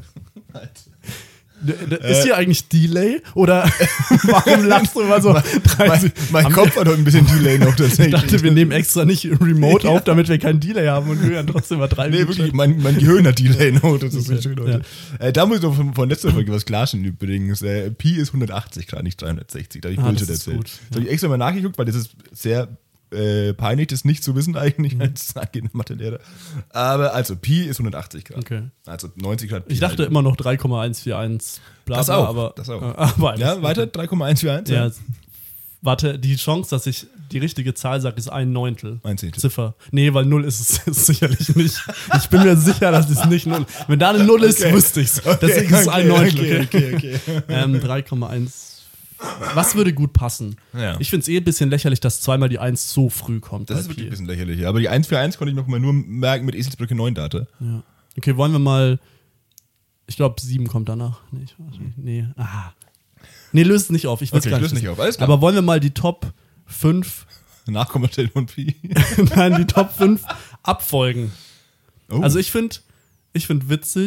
D- d- Ist hier eigentlich Delay? Oder warum lachst du immer so? mein dreißig mein Haben Kopf hat heute ein bisschen Delay noch wir, ich tatsächlich. dachte, wir nehmen extra nicht remote auf, damit wir keinen Delay haben und wir hören trotzdem mal drei Nee, Minuten. wirklich, mein, mein Gehirn hat Delay noch. Das ist so Okay, schön heute. Äh, da muss ich noch von, von letzter Folge was klarstellen übrigens. Äh, Pi ist hundertachtzig Grad, nicht dreihundertsechzig. Da habe ich Ah, Bullshit das ist erzählt. gut, Das habe ich extra mal nachgeguckt, weil das ist sehr äh, peinlich, das nicht zu wissen eigentlich als angehender Mathelehrer. Aber also, Pi ist hundertachtzig Grad. Okay. Also neunzig Grad Pi. Ich dachte halt. immer noch drei Komma eins vier eins. Bla, Das bla, auch, Aber, das auch. äh, aber Ja, weiter, drei Komma eins vier eins. Ja, warte, die Chance, dass ich die richtige Zahl sage, ist ein Neuntel. Ein Zehntel. Ziffer. Nee, weil Null ist es ist sicherlich nicht. Ich bin mir sicher, dass es nicht Null. Wenn da eine Null ist, Okay. wüsste ich's. Okay, Deswegen ist es ein okay, Neuntel. okay, okay, okay. Ähm, drei Komma eins. Was würde gut passen? Ja. Ich finde es eh ein bisschen lächerlich, dass zweimal die eins so früh kommt. Das bei ist wirklich Pi. ein bisschen lächerlich. Aber die eins vier eins konnte ich noch mal nur merken mit Eselsbrücke neun Data. Ja. Okay, wollen wir mal. Ich glaube, sieben kommt danach. Nee, ich weiß nicht. Nee. Ah. Nee, löst es nicht auf. Ich will es Okay, gar ich nicht. löse nicht auf. Alles klar. Aber wollen wir mal die Top fünf, Nachkommastellen von Pi. nein, die Top fünf abfolgen? Oh. Also ich finde ich find witzig,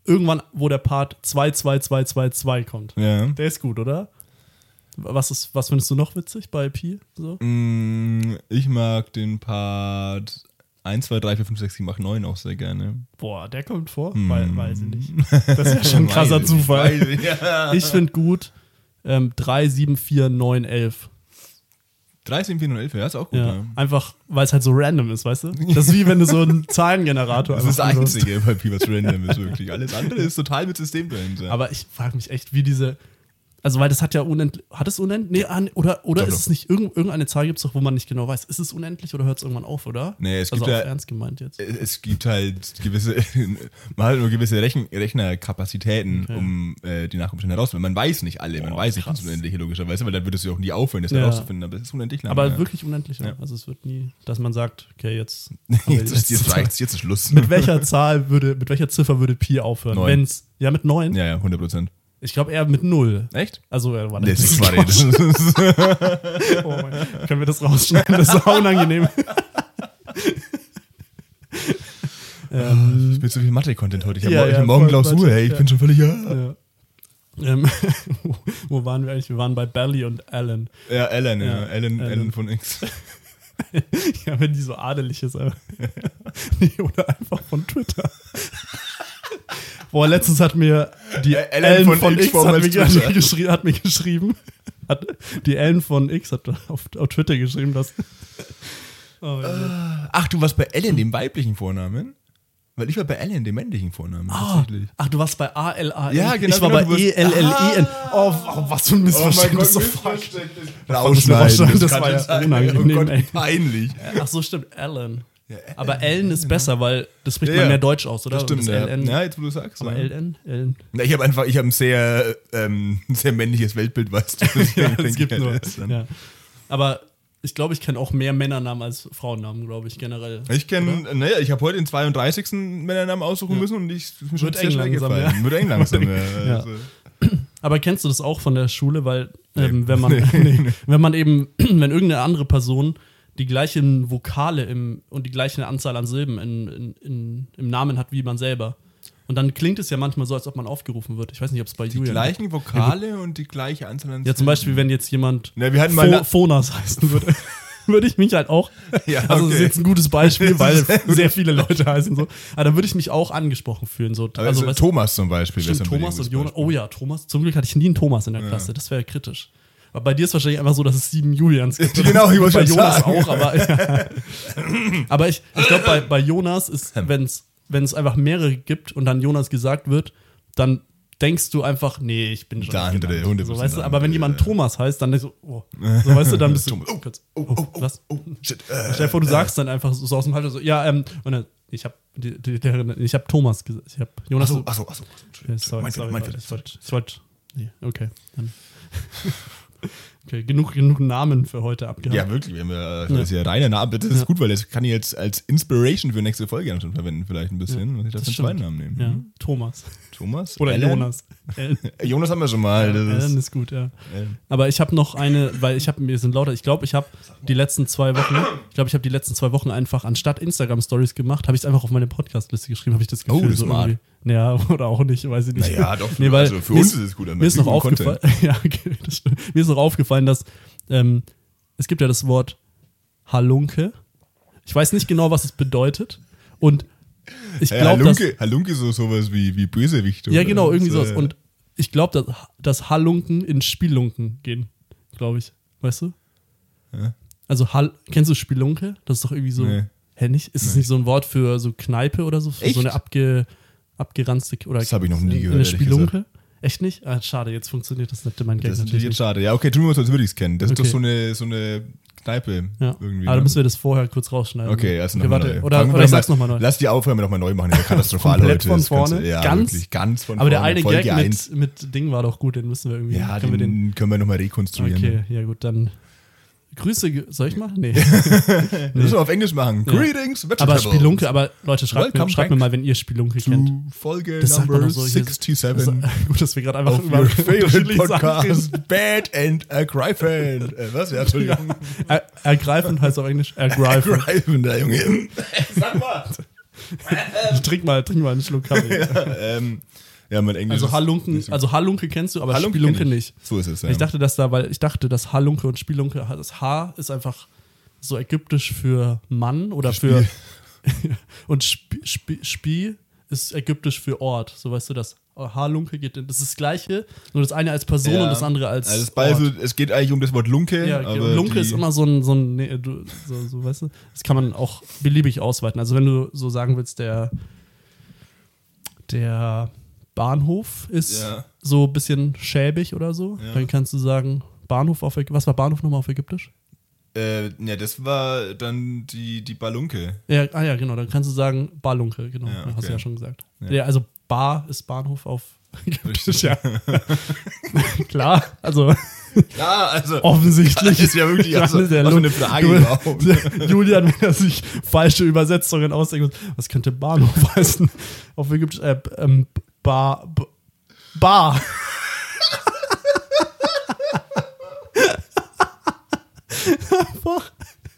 irgendwann, wo der Part zwei zwei zwei zwei zwei kommt. Ja. Der ist gut, oder? Was, ist, was findest du noch witzig bei Pi? So? Mm, ich mag den Part eins, zwei, drei, vier, fünf, sechs, sieben, acht, neun auch sehr gerne. Boah, der kommt vor? Hm. Weil, weiß ich nicht. Das ist ja schon ein krasser Zufall. Weiß ich, ja. Ich finde gut ähm, drei, sieben, vier, neun, elf. drei, sieben, vier, neun, elf, ja, ist auch gut. Ja. Ja. Einfach, weil es halt so random ist, weißt du? Das ist wie wenn du so einen Zahlengenerator Das ist das einfach benutzt. Einzige bei Pi, was random ist, wirklich. Alles andere ist total mit System dahinter. Aber ich frage mich echt, wie diese. Also, weil das hat ja unendlich. Hat es unendlich? Nee, ah, nee, oder, oder Doch, ist doch. es nicht irgend, irgendeine Zahl gibt es doch, wo man nicht genau weiß. Ist es unendlich oder hört es irgendwann auf, oder? Nee, es also gibt auch ja- ernst gemeint jetzt. Es gibt halt gewisse, man hat nur gewisse Rechen, Rechnerkapazitäten, Okay. um äh, die Nachkommastellen herauszufinden. Man weiß nicht alle, man Boah, weiß nicht krass. das Unendliche, logischerweise, weil dann würdest du auch nie aufhören, das Ja. herauszufinden, aber es ist unendlich lang. Aber ja. wirklich unendlich, ja. Ja. Also, es wird nie, dass man sagt, okay, jetzt. haben wir Jetzt die ist jetzt letzte reicht's, jetzt ist Schluss. Zahl. Mit welcher Zahl würde, mit welcher Ziffer würde Pi aufhören? Neun. Wenn's, ja, mit neun? Ja, ja, hundert Prozent. Ich glaube eher mit null. Echt? Also, äh, warte. Nee, das das ist war Quatsch. das. Oh mein Gott. Können wir das rausschneiden? Das ist so unangenehm. ähm, Ich bin so viel Mathe-Content heute. Ich habe Ja, morgen, ja, ich hab morgen voll Klausur, Mathe, hey, ich ja. bin schon völlig, ja. ja. ähm, wo, wo waren wir eigentlich? Wir waren bei Belly und Alan. Ja, Alan, ja. Ja, Alan, Alan. Alan von X. Ja, wenn die so adelig ist. Aber nee, oder einfach von Twitter. Boah, letztens hat mir die Äh, Ellen, Ellen von, von X X hat vormals mir, Twitter. geschri hat mir geschrieben. Hat, die Ellen von X hat auf, auf Twitter geschrieben, dass. Oh, ja. Ach, du warst bei Ellen, dem weiblichen Vornamen? Weil ich war bei Ellen, dem männlichen Vornamen, Ah, tatsächlich. ach, du warst bei A L A N. Ja, genau, Ich war genau, bei du warst- E L L E N. Oh, oh, was für ein Missverständnis. Oh, fuck. Rausschneiden. Das kann war ja nicht sein. unangenehm, Oh Gott, ey. peinlich. Ach so, stimmt, Alan. Ja, Ellen, Aber Ellen ist besser, weil das spricht Ja, man ja. mehr Deutsch aus, oder? Das stimmt, Und ja. L N. Ja, jetzt wo du sagst. Aber ja. L N? Ellen. Na, ich habe einfach, ich habe ein sehr, ähm, sehr männliches Weltbild, weißt du. Ja, Deswegen es gibt denke nur. ich, das dann. Ja. Aber ich glaube, ich kenne auch mehr Männernamen als Frauennamen, glaube ich, generell. Ich kenne, naja, ich habe heute den zweiunddreißigsten Männernamen aussuchen müssen und ich ist mir schon Wird sehr eng schwer langsam, gefallen. ja. Wird eng langsam, ja. Ja. Also, Aber kennst du das auch von der Schule? Weil, ähm, Nee. wenn man, Nee. nee, wenn man eben, wenn irgendeine andere Person die gleichen Vokale im, und die gleiche Anzahl an Silben in, in, in, im Namen hat wie man selber. Und dann klingt es ja manchmal so, als ob man aufgerufen wird. Ich weiß nicht, ob es bei die Julian gleichen Vokale und die gleiche Anzahl an Ja, zum Beispiel, wenn jetzt jemand Na, wir hatten mal Pho- na- Phonas heißen würde, würde ich mich halt auch. Ja, Also, das ist okay. jetzt ein gutes Beispiel, weil Das ist sehr viele Leute heißen so. Aber dann würde ich mich auch angesprochen fühlen. So. Aber Also, also, weißt du, Thomas zum Beispiel. stimmt, wär's dann bei Thomas dir ein und gutes Jonas. Oh ja, Thomas. Zum Glück hatte ich nie einen Thomas in der Klasse. Das wäre kritisch. Aber bei dir ist wahrscheinlich einfach so, dass es sieben Julians gibt. Genau, ich wollte bei schon Jonas sagen. auch, aber, aber ich, ich glaube, bei, bei Jonas ist, wenn es einfach mehrere gibt und dann Jonas gesagt wird, dann denkst du einfach, nee, ich bin schon Der andere, genannt. hundert so, Prozent weißt du? der Aber wenn andere, jemand ja. Thomas heißt, dann denkst du, oh. So, weißt du, dann bist du Thomas. kurz, Oh, oh, oh, oh, was? oh, shit. Äh, Stell dir vor, du sagst dann einfach so, so aus dem Hals so, ja, ähm, und dann, ich hab, die, die, die, ich hab Thomas gesagt, ich hab Jonas. Achso, achso, achso. Okay, sorry, Mein Fehler, sorry, mein Leute, Fehler. ich wollte, ich wollte, nee, okay, dann. Okay, genug, genug Namen für heute abgehakt. Ja, wirklich. Wir haben ja, das ist ja reiner Name. Das ist Ja. gut, weil das kann ich jetzt als Inspiration für nächste Folge schon verwenden, vielleicht ein bisschen. Ja, dass ich das das den stimmt. zweiten Namen nehmen. Ja, Thomas. Thomas? Oder Alan? Jonas. Ellen. Äh, Jonas haben wir schon mal. Ja, Das Ellen ist, ist gut, ja. Alan. Aber ich habe noch eine, weil ich habe, mir sind lauter, ich glaube, ich habe die letzten zwei Wochen, ich glaube, ich habe die letzten zwei Wochen einfach, anstatt Instagram-Stories gemacht, habe ich es einfach auf meine Podcast-Liste geschrieben, habe ich das Gefühl. Oh, das ist so smart. irgendwie. Ja, oder auch nicht, weiß ich nicht. Naja, doch. Für, Nee, weil also für mir uns ist- ist es gut. aber Mir ist wir noch kriegen Content. aufgefallen, ja, okay, das stimmt. Mir ist noch aufgefallen, dass ähm, es gibt ja das Wort Halunke. Ich weiß nicht genau, was es bedeutet. Und ich Ja, glaube, dass Halunke, Halunke ist so sowas wie, wie Bösewicht. ja, oder? genau, irgendwie Das, sowas. äh, Und ich glaube, dass, dass Halunken in Spielunken gehen, glaube ich. Weißt du? Ja. Also, Hall, kennst du Spielunke? Das ist doch irgendwie so. Nee. Hä, nicht? Ist es nicht so ein Wort für so Kneipe oder so? Für Echt? so eine abge, abgeranzte. Oder Das habe ich noch nie gehört, Eine ehrlich Spielunke? Echt nicht? Ah, schade, jetzt funktioniert das nicht. Mein Gag Das ist natürlich jetzt nicht. schade. Ja, okay, tun wir uns, als würde ich es kennen. Das ist Okay. doch so eine, so eine Kneipe. Ja. Irgendwie, Aber dann ne? müssen wir das vorher kurz rausschneiden. Okay, also okay, nochmal warte. neu. Oder, Fangen wir oder ich doch sag's nochmal neu. Lass die Aufnahme nochmal neu machen, das ist ja katastrophal Komplett heute. von das Ganze. vorne? Ja, Ganz? wirklich, ganz von Aber der vorne. eine Folge Gag eins. mit, mit Ding war doch gut, den müssen wir irgendwie. Ja, können den, wir den. können wir nochmal rekonstruieren. Okay, ja gut, dann. Grüße, ge- soll ich machen? Nee. Das müssen wir auf Englisch machen. Ja. Greetings, aber Vegetables. Spelunke, aber Leute, schreibt, mir, Welcome schreibt mir back mal, wenn ihr Spelunke kennt. zu Folge Das sagt man Number doch so, hier- sixty-seven Das, gut, dass wir gerade einfach auf über your favorite unterschiedliche Sachen podcast, Bad and Ergreifend. Äh, was? Ja, Entschuldigung. reden. Er, ergreifend heißt auf Englisch ergreifen. Ergreifend, der Junge. Sag mal. trink mal, trink mal einen Schluck Kaffee. ja, ähm, ja, mein Englisch. Also Halunken, also Halunke kennst du, aber Halunke Spielunke kenn ich. nicht. So ist es, ja. Ich dachte, dass da, weil ich dachte, dass Halunke und Spielunke, das H ist einfach so ägyptisch für Mann oder Spiel. für und Spie, Spie, Spie ist ägyptisch für Ort. So weißt du das. Halunke geht in, das ist das Gleiche, nur das eine als Person ja. und das andere als also das Ort. so, es geht eigentlich um das Wort Lunke. Ja, aber Lunke die, ist immer so ein, so ein nee, du, so, so, weißt du, das kann man auch beliebig ausweiten. Also wenn du so sagen willst, der der Bahnhof ist Ja. so ein bisschen schäbig oder so, Ja. dann kannst du sagen, Bahnhof auf Ägyptisch. Was war Bahnhof nochmal auf Ägyptisch? Äh, ja, das war dann die, die Balunke. Ja, ah ja, genau, dann kannst du sagen Balunke, genau, Ja, hast du okay. ja schon gesagt. Ja. Ja, also Bar ist Bahnhof auf Ägyptisch, ja. Klar, also Ja, also. offensichtlich. Das ist ja wirklich also, Dann ist der was für eine Lund- Frage du- überhaupt. Julian, wenn er sich falsche Übersetzungen ausdenkt, was könnte Bahnhof heißen? Auf Ägyptisch, äh, ähm, Bar, B- Bar. Einfach.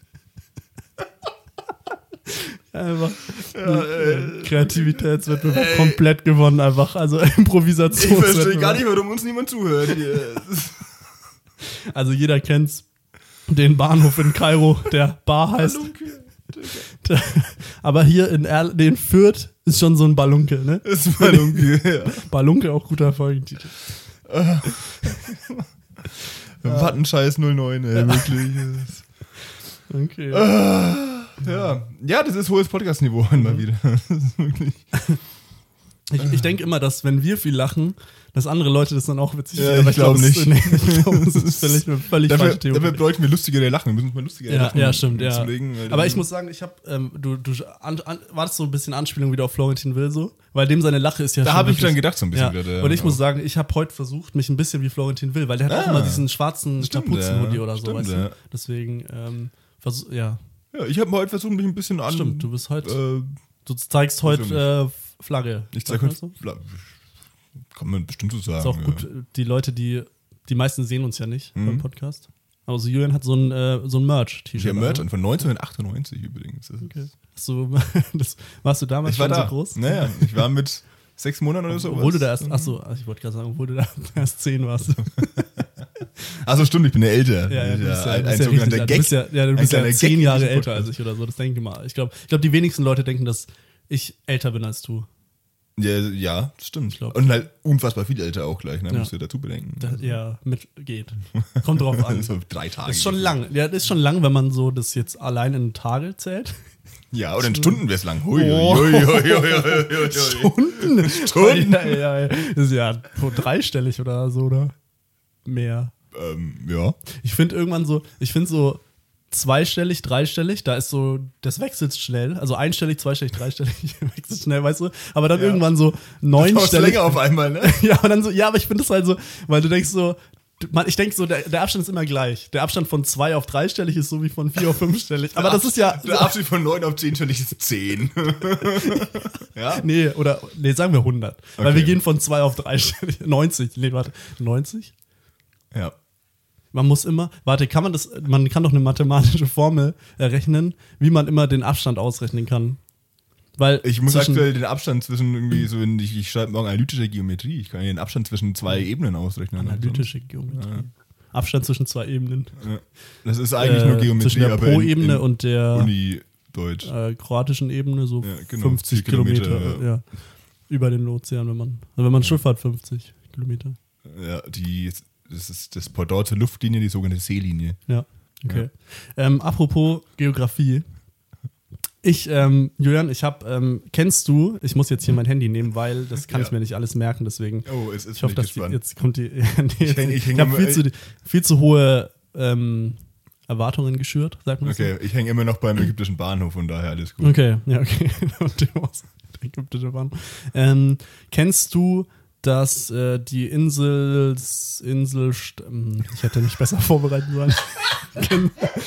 Einfach. Ja, äh, Kreativitätswettbewerb komplett gewonnen, einfach. Also Ich Improvisationswettbewerb. verstehe gar nicht, warum uns niemand zuhört hier. Also jeder kennt den Bahnhof in Kairo, der Bar heißt. Balunke. Aber hier in, Erl in Fürth ist schon so ein Balunke, ne? Das ist Balunke, ja. Balunke, auch guter Folgentitel. Wattenscheiß null neun, ey, wirklich. Okay. Ja. Ja, das ist hohes Podcast-Niveau mal wieder. Das ist wirklich. Ich, ich denke immer, dass wenn wir viel lachen, dass andere Leute das dann auch witzig Ja, finden. ich glaub es- nicht. Nee, ich glaube, das ist völlig, eine völlig Dafür, falsche Theorie. dafür bräuchten wir lustigere Lachen. Wir müssen uns mal lustigere Ja, Lachen ja, stimmt, ja. zulegen, weil Aber dann- ich muss sagen, ich habe, ähm, du, du an, an, war das so ein bisschen Anspielung wieder auf Florentin Will so? Weil dem seine Lache ist ja Da schon habe ich wirklich- dann gedacht, so ein bisschen Ja. wieder. Und ich ja. muss sagen, ich habe heute versucht, mich ein bisschen wie Florentin Will, weil der hat auch Ah, immer diesen schwarzen stimmt, Kapuzenhoodie ja. oder so, Stimmt, weißt du? ja. Deswegen, ähm, versuch, ja, Ja, ich habe heute versucht, mich ein bisschen an. stimmt, du bist heute, Äh, du zeigst heute äh, Flagge. ich zeig Sagt heute. man das so? Kann man bestimmt so sagen. Ist auch ja. gut, die Leute, die, die meisten sehen uns ja nicht Mhm. beim Podcast. Also Julian hat so ein, äh, so ein Merch-T-Shirt. Ich habe Merch an. an von neunzehnhundertachtundneunzig übrigens. Das ist- Okay. Hast du, das, warst du damals Ich war schon da. so groß? Naja, ich war mit sechs Monaten oder so. Obwohl du da erst, achso, ich wollte gerade sagen, obwohl du da erst zehn warst. Achso, stimmt, ich bin ja älter. Ja, ja, du bist ja, ein, du ein bist ja sogenannter richtig, du Gag. bist ja, ja, du Ein bist ja kleiner zehn Gag in Jahre diesem älter Podcast. als ich oder so, das denke ich mal. Ich glaube, ich glaub, die wenigsten Leute denken, dass ich älter bin als du. Ja, ja, das stimmt. glaub- Und halt unfassbar viel älter auch gleich, ne? Ja. Musst du dazu bedenken. Da, ja, mit geht. Kommt drauf an. so drei Tage. Ist schon lang. Ja, das ist schon lang, wenn man so das jetzt allein in Tage zählt. Ja, oder in Stunden wäre es lang. Hui, Oh. hui, hui, hui, hui, hui, hui. Stunden? Stunden? Ja, ja, ja. Das ist ja so dreistellig oder so, oder? Mehr. Ähm, ja. Ich finde irgendwann so, ich finde so zweistellig, dreistellig, da ist so, das wechselt schnell. Also einstellig, zweistellig, dreistellig, wechselt schnell, weißt du? Aber dann Ja. irgendwann so Das ist neunstellig. länger auf einmal, ne? Ja, aber dann so, ja, aber ich finde das halt so, weil du denkst so, man, ich denke so, der, der Abstand ist immer gleich. Der Abstand von zwei auf dreistellig ist so wie von vier auf fünfstellig. Aber das ist ja. Der Abschied von neun auf zehn stellig ist zehn. Ja? Nee, oder, nee, sagen wir hundert. Weil Okay. wir gehen von zwei auf dreistellig. neunzig, nee, warte, neunzig? Ja. Man muss immer, warte, kann man das, man kann doch eine mathematische Formel errechnen, wie man immer den Abstand ausrechnen kann. Weil Ich muss zwischen- aktuell den Abstand zwischen irgendwie so, in, ich, ich schreibe morgen analytische Geometrie. Ich kann den Abstand zwischen zwei Ebenen ausrechnen. analytische Geometrie. Abstand zwischen zwei Ebenen. Ja. Das ist eigentlich nur Äh, Geometrie, zwischen der aber in, Pro-Ebene in und der Uni-Deutsch. äh, kroatischen Ebene so Ja, genau, fünfzig zig Kilometer, Kilometer, ja. Über den Ozean, wenn man, also wenn man Schiff hat, fünfzig Kilometer. Ja, die, das ist das Pendant zur Luftlinie, die sogenannte Seelinie. Ja, okay. Ähm, apropos Geografie. Ich, ähm, Julian, ich habe, ähm, kennst du, ich muss jetzt hier mein Handy nehmen, weil das kann Ja. ich mir nicht alles merken, deswegen. Oh, es ist Ich hoffe, dass die, jetzt kommt die. Ja, nee, jetzt, häng- ich ich häng habe immer- viel, zu, viel zu hohe ähm, Erwartungen geschürt, sagt man das Okay, ich hänge immer noch beim ägyptischen Bahnhof, von daher alles so? gut. Okay, ja, okay. Und dem aus- der ägyptische Bahn. Ähm, kennst du dass äh, die Insel, Insel, ich hätte nicht besser vorbereiten sollen. Kenn,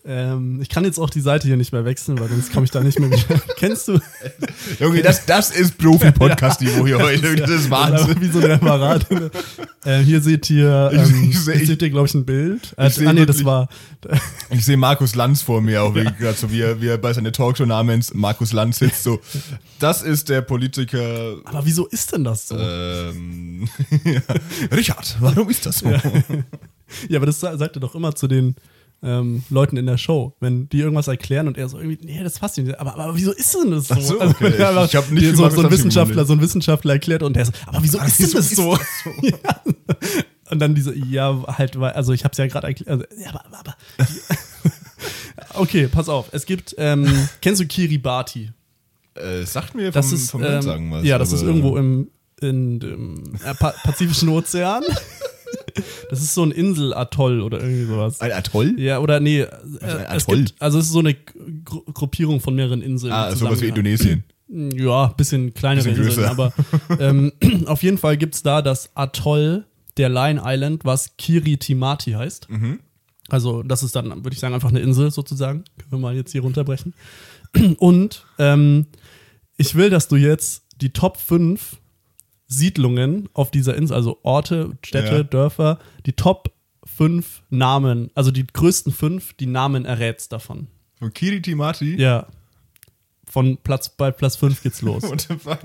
Ähm, ich kann jetzt auch die Seite hier nicht mehr wechseln, weil sonst komme ich da nicht mehr wieder. Kennst du? Junge, das, das ist Profi-Podcast-Niveau hier heute. Das ist Wahnsinn. Wie so ein Referat. äh, hier seht ihr, ähm, ich, ich seh, jetzt seht ihr, glaube ich, ein Bild. Äh, ich ah, nee, wirklich, das war. Ich sehe Markus Lanz vor mir, auch ja. Gerade so wie er, wie er bei seiner Talkshow namens Markus Lanz sitzt. So, das ist der Politiker. Aber wieso ist denn das so? Ähm, ja. Richard, warum ist das so? Ja. Ja, aber das sagt er doch immer zu den ähm, Leuten in der Show, wenn die irgendwas erklären und er so irgendwie, nee, das passt nicht. Aber, aber wieso ist denn das so? Ach so, okay. Also, ja, ich ich habe nicht so, so ein Wissenschaftler, so ein Wissenschaftler erklärt und der so, aber wieso aber ist wieso denn das ist so? das so? Ja. Und dann diese, ja, halt, also ich habe es ja gerade erklärt. Also, ja, aber, aber, aber okay, pass auf. Es gibt, ähm, kennst du Kiribati? Äh, sagt mir vom, das ist, vom ähm, Sagen was. Ja, das ist irgendwo im in dem äh, Pa- Pazifischen Ozean. Das ist so ein Insel-Atoll oder irgendwie sowas. Ein Atoll? Ja, oder nee. Äh, also ein es Atoll? gibt, also es ist so eine Gru- Gruppierung von mehreren Inseln. Ah, sowas wie Indonesien. Ja, bisschen kleinere Bisschen Inseln, größer. aber ähm, auf jeden Fall gibt es da das Atoll der Line Island, was Kiritimati heißt. Mhm. Also das ist dann, würde ich sagen, einfach eine Insel sozusagen. Können wir mal jetzt hier runterbrechen. Und ähm, ich will, dass du jetzt die Top fünf Siedlungen auf dieser Insel, also Orte, Städte, Ja. Dörfer, die Top fünf Namen, also die größten fünf, die Namen errätst davon. Von Kiritimati? Ja. Von Platz, bei Platz fünf geht's los. What the fuck?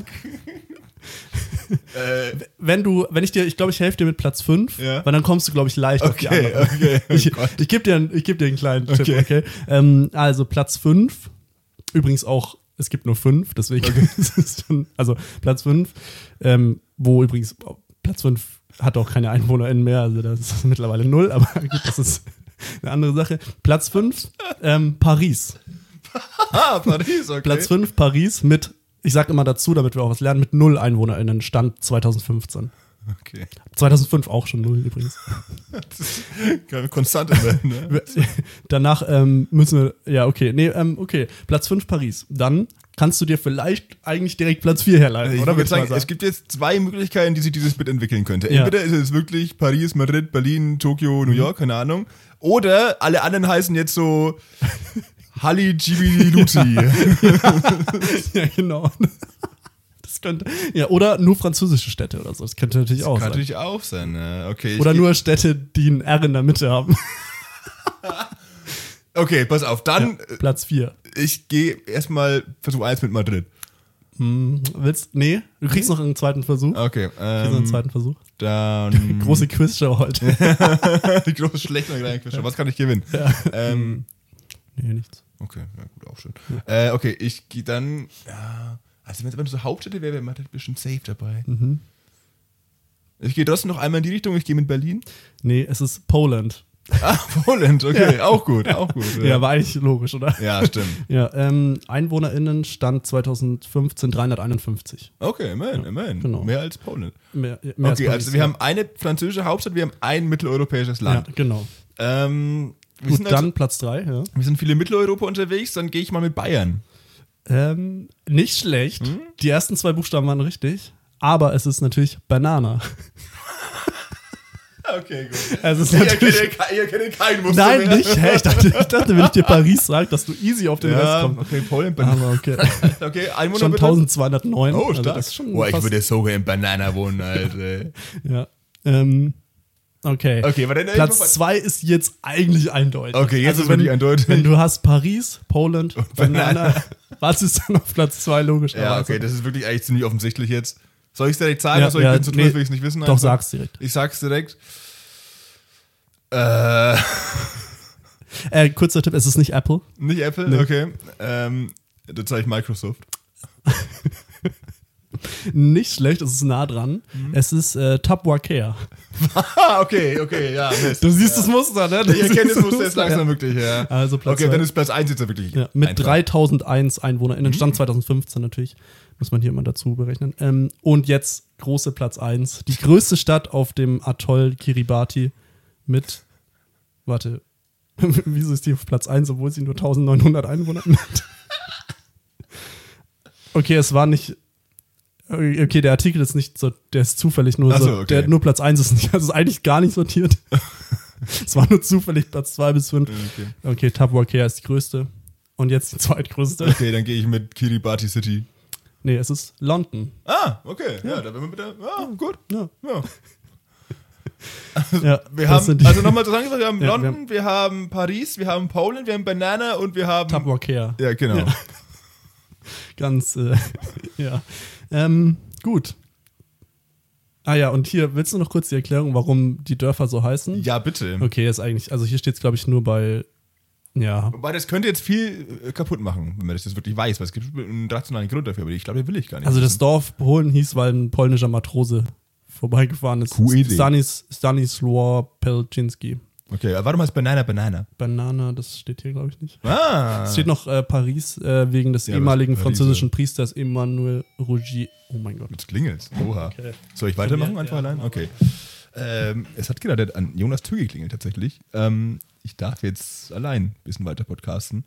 äh, Wenn du, wenn ich dir, ich glaube, ich helfe dir mit Platz fünf, Ja. weil dann kommst du, glaube ich, leicht auf die okay, anderen. okay. Oh Ich, Gott. ich gebe dir, einen- ich geb dir einen kleinen Tipp, Okay. okay? Ähm, also Platz fünf, übrigens auch, es gibt nur fünf, deswegen ist es schon, also Platz fünf, ähm, wo übrigens Platz fünf hat auch keine EinwohnerInnen mehr, also das ist mittlerweile null, aber gut, das ist eine andere Sache. Platz fünf, ähm, Paris. Ah, Paris, okay. Platz fünf, Paris mit, ich sag immer dazu, damit wir auch was lernen, mit null EinwohnerInnen, Stand zwanzig fünfzehn. Okay. zweitausendfünf auch schon null übrigens. Kann konstant werden, ne? Danach ähm, müssen wir, ja, okay, nee, ähm, okay, Platz fünf Paris. Dann kannst du dir vielleicht eigentlich direkt Platz vier herleiten, Ich oder? würde Würd ich sagen, es gibt jetzt zwei Möglichkeiten, die sich dieses Bild entwickeln könnte. Ja. Entweder ist es wirklich Paris, Madrid, Berlin, Tokio, New York, keine Ahnung. Oder alle anderen heißen jetzt so Halli Luti. Ja, genau. Das könnte, ja, oder nur französische Städte oder so. Das könnte natürlich auch Kann sein. natürlich auch sein, ne? Okay. ich Oder geh- nur Städte, die ein R in der Mitte haben. Okay, pass auf. Dann, Ja, Platz vier. äh, ich gehe erstmal Versuch eins mit Madrid. Hm, willst, nee, du kriegst noch einen zweiten Versuch. Okay. Kriegst noch einen Ähm, zweiten Versuch. dann. Große Quizshow heute. Die große schlechte kleine Quizshow. Was kann ich gewinnen? Ja. Ähm, Nee, nichts. okay, ja gut, auch schön. Äh, okay, ich gehe dann. Ja, also wenn es so Hauptstädte wäre, wäre Madrid bestimmt safe dabei. Mhm. Ich gehe trotzdem noch einmal in die Richtung. Ich gehe mit Berlin. Nee, es ist Poland. Ah, Poland, okay, auch gut, auch gut. Ja, war eigentlich logisch, oder? Ja, stimmt. Ja, ähm, EinwohnerInnen stand zwanzig fünfzehn dreihunderteinundfünfzig. Okay, immerhin, immerhin. genau. Mehr als Poland. Mehr, mehr Okay, als also wir haben eine französische Hauptstadt, wir haben ein mitteleuropäisches Ja, Land. genau. Ähm, wir, Gut, sind dann also, Platz drei, ja. wir sind viele Mitteleuropa unterwegs, dann gehe ich mal mit Bayern. Ähm, nicht schlecht. Hm? Die ersten zwei Buchstaben waren richtig, aber es ist natürlich Banana. Okay, gut. Es ist Ich natürlich. erkenne, ke- ich erkenne kein Muster Nein, mehr. nicht. Hä? Ich dachte, ich dachte, wenn ich dir Paris sage, dass du easy auf den Rest Ja, kommst. okay, Polen, Banana. Aber okay. Okay, Einwohner Schon bitte. eintausendzweihundertneun. Oh, Also stark. das ist schon Boah, ich fast- würde sogar in Banana wohnen, Alter. Ja. Ähm, okay. Okay, aber dann Platz zwei ist jetzt eigentlich eindeutig. Okay, jetzt ist wenn, wirklich eindeutig. Wenn du hast Paris, Poland, Banana. Banana, was ist dann auf Platz zwei logisch? Ja, okay, das ist wirklich eigentlich ziemlich offensichtlich jetzt. Soll ich es direkt sagen? Ja, oder soll ja, ich bin zu nee, tröst, will ich es nicht wissen? Doch, einfach? sag's direkt. Ich sag's direkt. Äh, Äh, kurzer Tipp, es ist nicht Apple. nicht Apple? Nee. Okay. Ähm, dann sage ich Microsoft. Nicht schlecht, es ist nah dran. Mhm. Es ist äh, Tupperware. Ah, okay, okay, ja. Mist. Du siehst ja. das Muster, ne? Du Ich erkenne siehst das Muster jetzt langsam ja. wirklich, ja. Also Platz Okay, zwei. dann ist Platz eins jetzt ja wirklich. Ja, mit einfach. dreitausendeins EinwohnerInnen, Mhm. Stand zwanzig fünfzehn natürlich, muss man hier mal dazu berechnen. Ähm, und jetzt große Platz eins, die größte Stadt auf dem Atoll Kiribati mit, warte, wieso ist die auf Platz eins, obwohl sie nur eintausendneunhundert Einwohner hat? Okay, es war nicht, okay, der Artikel ist nicht so, der ist zufällig nur Ach so, so, okay. der nur Platz eins ist nicht, also ist eigentlich gar nicht sortiert. Es war nur zufällig Platz zwei bis fünf. Okay, okay Tabuakea ist die größte. Und jetzt die zweitgrößte. okay, dann gehe ich mit Kiribati City. Nee, es ist London. Ah, okay. Ja, ja da werden wir mit der. Ja, gut. Ja. ja. Also, ja, wir haben, also nochmal zusammengefasst, wir haben ja, London, wir haben, wir haben Paris, wir haben Polen, wir haben Banana und wir haben Tabuakea. Ja, genau. Ja. Ganz, äh, ja. Ähm, gut. Ah ja, und hier, willst du noch kurz die Erklärung, warum die Dörfer so heißen? Ja, bitte. Okay, ist eigentlich, also hier steht es, glaube ich, nur bei, ja. Wobei, das könnte jetzt viel äh, kaputt machen, wenn man das jetzt wirklich weiß, weil es gibt einen rationalen Grund dafür, aber ich glaube, den will ich gar nicht. Also wissen. das Dorf Polen hieß, weil ein polnischer Matrose vorbeigefahren ist. Coole Idee. Stanis, Stanisław Pelczynski. Okay, aber warte mal, ist Banana Banana. Banana, das steht hier, glaube ich, nicht. Ah. Es steht noch äh, Paris, äh, wegen des Ja, ehemaligen Paris, französischen ja. Priesters Emmanuel Rougier. Oh mein Gott. Jetzt klingelt's. Oha. Okay. Soll ich weitermachen Ja, einfach ja, allein? mach Okay. Ähm, es hat gerade an Jonas Tür geklingelt tatsächlich. Ähm, ich darf jetzt allein ein bisschen weiter podcasten.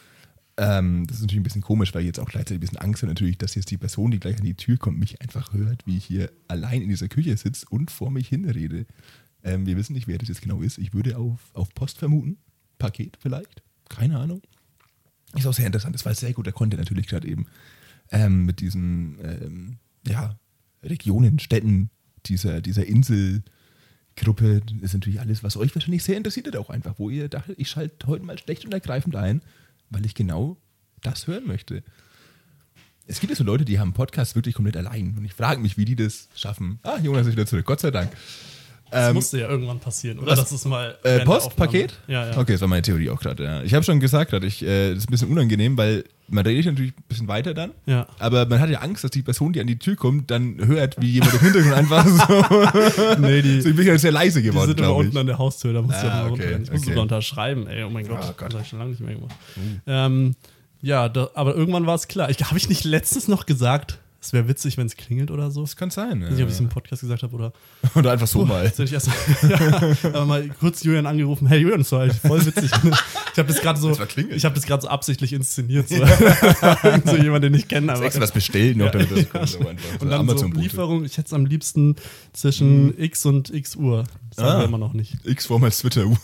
Ähm, das ist natürlich ein bisschen komisch, weil ich jetzt auch gleichzeitig ein bisschen Angst habe natürlich, dass jetzt die Person, die gleich an die Tür kommt, mich einfach hört, wie ich hier allein in dieser Küche sitze und vor mich hinrede. Ähm, wir wissen nicht, wer das jetzt genau ist. Ich würde auf, auf Post vermuten. Paket vielleicht. Keine Ahnung. Ist auch sehr interessant. Das war sehr guter Content natürlich gerade eben. Ähm, mit diesen ähm, ja, Regionen, Städten, dieser, dieser Inselgruppe. Das ist natürlich alles, was euch wahrscheinlich sehr interessiert hat auch einfach. Wo ihr dachtet, ich schalte heute mal schlecht und ergreifend ein, weil ich genau das hören möchte. Es gibt ja so Leute, die haben Podcasts wirklich komplett allein. Und ich frage mich, wie die das schaffen. Ah, Jonas ist wieder zurück. Gott sei Dank. Das Ähm, musste ja irgendwann passieren, oder? was? Das ist mal Äh, Post, Paket? Ja, ja. Okay, das war meine Theorie auch gerade. Ja. Ich habe schon gesagt, grad, ich, äh, das ist ein bisschen unangenehm, weil man redet natürlich ein bisschen weiter dann. Ja. Aber man hat ja Angst, dass die Person, die an die Tür kommt, dann hört, wie jemand im Hintergrund einfach so. Nee, die, so ich bin ja sehr leise die geworden, sind immer glaube ich. unten an der Haustür, da musst du Ah, ja mal okay, runter. Ich muss okay. sogar unterschreiben, ey, oh mein Gott, Oh Gott. das habe ich schon lange nicht mehr gemacht. Uh. Ähm, ja, da, aber irgendwann war es klar. Ich habe ich nicht letztens noch gesagt, es wäre witzig, wenn es klingelt oder so. Das kann sein. Ich weiß nicht, ob ich es im Podcast gesagt habe oder. Oder einfach so mal. Jetzt hätte ich erst ja, aber mal kurz Julian angerufen. Hey Julian, das war eigentlich voll witzig. Ich habe das gerade so, Das war klingelt. ich habe das gerade so absichtlich inszeniert. So, so jemand, den ich kenne. Das Aber extra was bestellen noch, damit das ja, kommt. Aber einfach. und dann so Lieferung. Ich hätte es am liebsten zwischen mhm. X und X Uhr. Das haben ah. wir immer noch nicht. X vor mal Twitter-Uhr.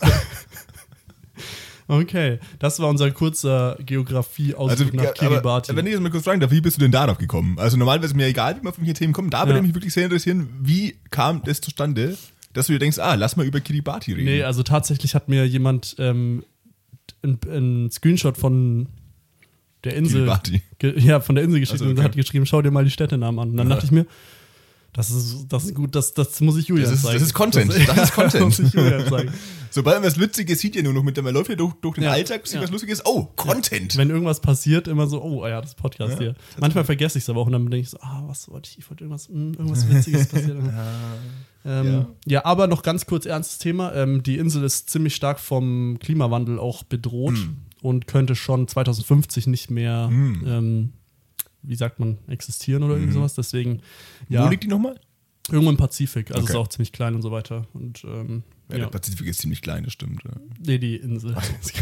Okay, das war unser kurzer Geografie-Ausflug Also, nach Kiribati. aber, wenn ich jetzt mal kurz fragen darf, wie bist du denn darauf gekommen? Also normalerweise ist mir egal, wie man von hier Themen kommt, da würde Ja. mich wirklich sehr interessieren, wie kam das zustande, dass du dir denkst, ah, lass mal über Kiribati reden. Nee, also tatsächlich hat mir jemand ähm, einen Screenshot von der Insel, Kiribati. ge- ja, von der Insel geschickt Also, okay. und hat geschrieben, schau dir mal die Städtenamen an. Und dann Ja. dachte ich mir, das ist, das ist gut, das, das muss ich Julian Das ist- zeigen. das ist Content, das ist ja, Content. muss ich Julian zeigen. Sobald man was Witziges sieht, ja nur noch mit dem, man läuft ja durch, durch den Ja, Alltag, sieht ja. was Lustiges, oh, Content. Wenn irgendwas passiert, immer so, oh ja, das ist Podcast Ja, hier. Manchmal vergesse ich es aber auch und dann denke ich so, ah, was wollte ich, ich wollte irgendwas, mh, irgendwas Witziges passiert. Ähm, ja. ja, aber noch ganz kurz ernstes Thema. Ähm, die Insel ist ziemlich stark vom Klimawandel auch bedroht Hm. und könnte schon zwanzig fünfzig nicht mehr, Hm. ähm, wie sagt man, existieren oder irgendwie Mhm. sowas. Deswegen, ja, Wo liegt die nochmal? irgendwo im Pazifik. Also Okay. ist auch ziemlich klein und so weiter. Und ähm, Ja, ja, der Pazifik ist ziemlich klein, das stimmt. Ja, nee, die Insel.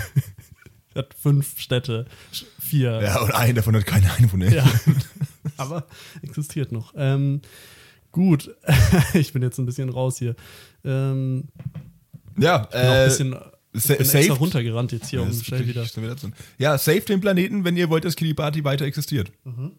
Hat fünf Städte, vier. ja und ein davon hat keine Einwohner. Ja. Aber existiert noch. Ähm, gut, ich bin jetzt ein bisschen raus hier. Ähm, Ja, ich bin auch ein äh, bisschen sa- ich bin extra saved. runtergerannt jetzt hier, Ja, um das ist schnell wirklich wieder. schnell wieder zu- Ja, save den Planeten, wenn ihr wollt, dass Kiribati weiter existiert.